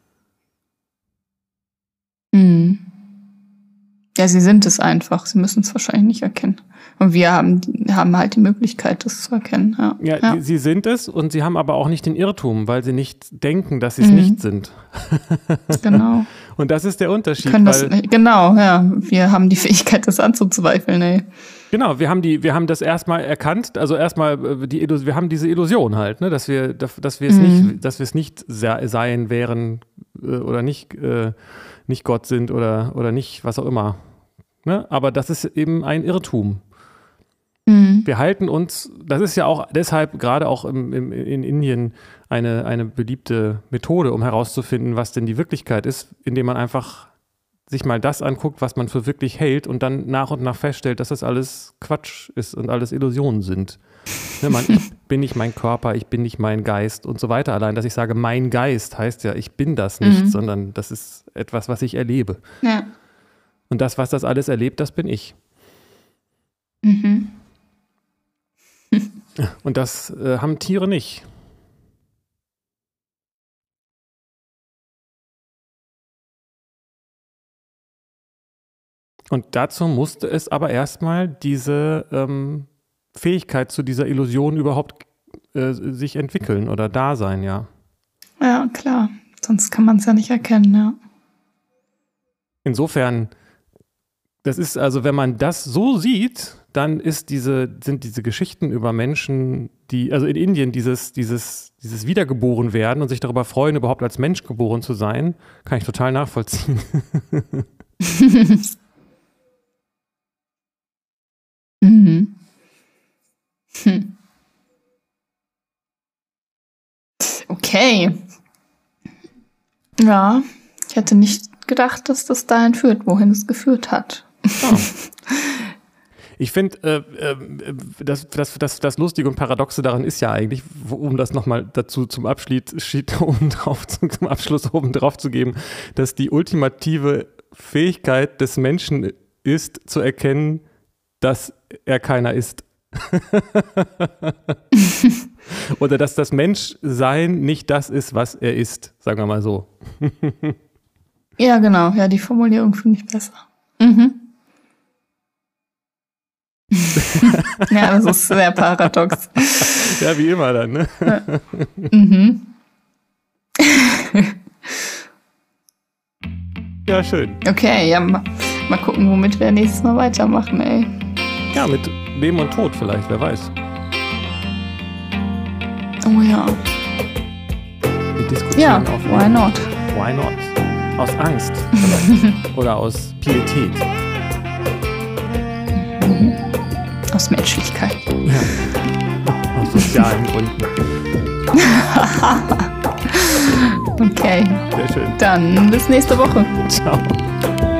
Hm. Ja, sie sind es einfach. Sie müssen es wahrscheinlich nicht erkennen. Und wir haben, haben halt die Möglichkeit, das zu erkennen. Ja, ja, ja. Die, sie sind es und sie haben aber auch nicht den Irrtum, weil sie nicht denken, dass sie es Mhm. nicht sind. Genau. Und das ist der Unterschied. Können das weil, nicht, genau, ja. Wir haben die Fähigkeit, das anzuzweifeln, ey. Genau, wir haben die, wir haben das erstmal erkannt, also erstmal die Illus- wir haben diese Illusion halt, ne, dass wir, dass wir es Mhm. nicht, dass wir es nicht se- sein wären äh, oder nicht, äh, nicht Gott sind oder, oder nicht, was auch immer. Ne? Aber das ist eben ein Irrtum. Mhm. Wir halten uns, das ist ja auch deshalb gerade auch im, im, in Indien eine, eine beliebte Methode, um herauszufinden, was denn die Wirklichkeit ist, indem man einfach sich mal das anguckt, was man für wirklich hält und dann nach und nach feststellt, dass das alles Quatsch ist und alles Illusionen sind. Ne, man, ich bin nicht mein Körper, ich bin nicht mein Geist und so weiter. Allein, dass ich sage, mein Geist heißt ja, ich bin das nicht, Mhm. sondern das ist etwas, was ich erlebe. Ja. Und das, was das alles erlebt, das bin ich. Mhm. Und das äh, haben Tiere nicht. Und dazu musste es aber erstmal diese ähm, Fähigkeit zu dieser Illusion überhaupt äh, sich entwickeln oder da sein, ja. Ja, klar. Sonst kann man es ja nicht erkennen, ja. Insofern, das ist also, wenn man das so sieht, dann ist diese, sind diese Geschichten über Menschen, die, also in Indien, dieses, dieses, dieses Wiedergeboren werden und sich darüber freuen, überhaupt als Mensch geboren zu sein, kann ich total nachvollziehen. Mhm. Hm. Okay. Ja, ich hätte nicht gedacht, dass das dahin führt, wohin es geführt hat. Oh. Ich finde, äh, äh, das, das, das, das Lustige und Paradoxe daran ist ja eigentlich, um das nochmal dazu zum Abschluss, oben drauf, zum Abschluss oben drauf zu geben, dass die ultimative Fähigkeit des Menschen ist, zu erkennen, dass er keiner ist. Oder dass das Menschsein nicht das ist, was er ist, sagen wir mal so. Ja, genau. Ja, die Formulierung finde ich besser. Mhm. Ja, das ist sehr paradox. Ja, wie immer dann, ne? Ja. Mhm. Ja, schön. Okay, ja, mal, mal gucken, womit wir nächstes Mal weitermachen, ey. Ja, mit Leben und Tod vielleicht, wer weiß. Oh ja. Wir diskutieren Ja, auf why Leben. not? Why not? Aus Angst vielleicht. Oder aus Pietät. Aus Menschlichkeit. Ja. Aus sozialen Gründen. Okay, Sehr schön. dann bis nächste Woche. Ciao.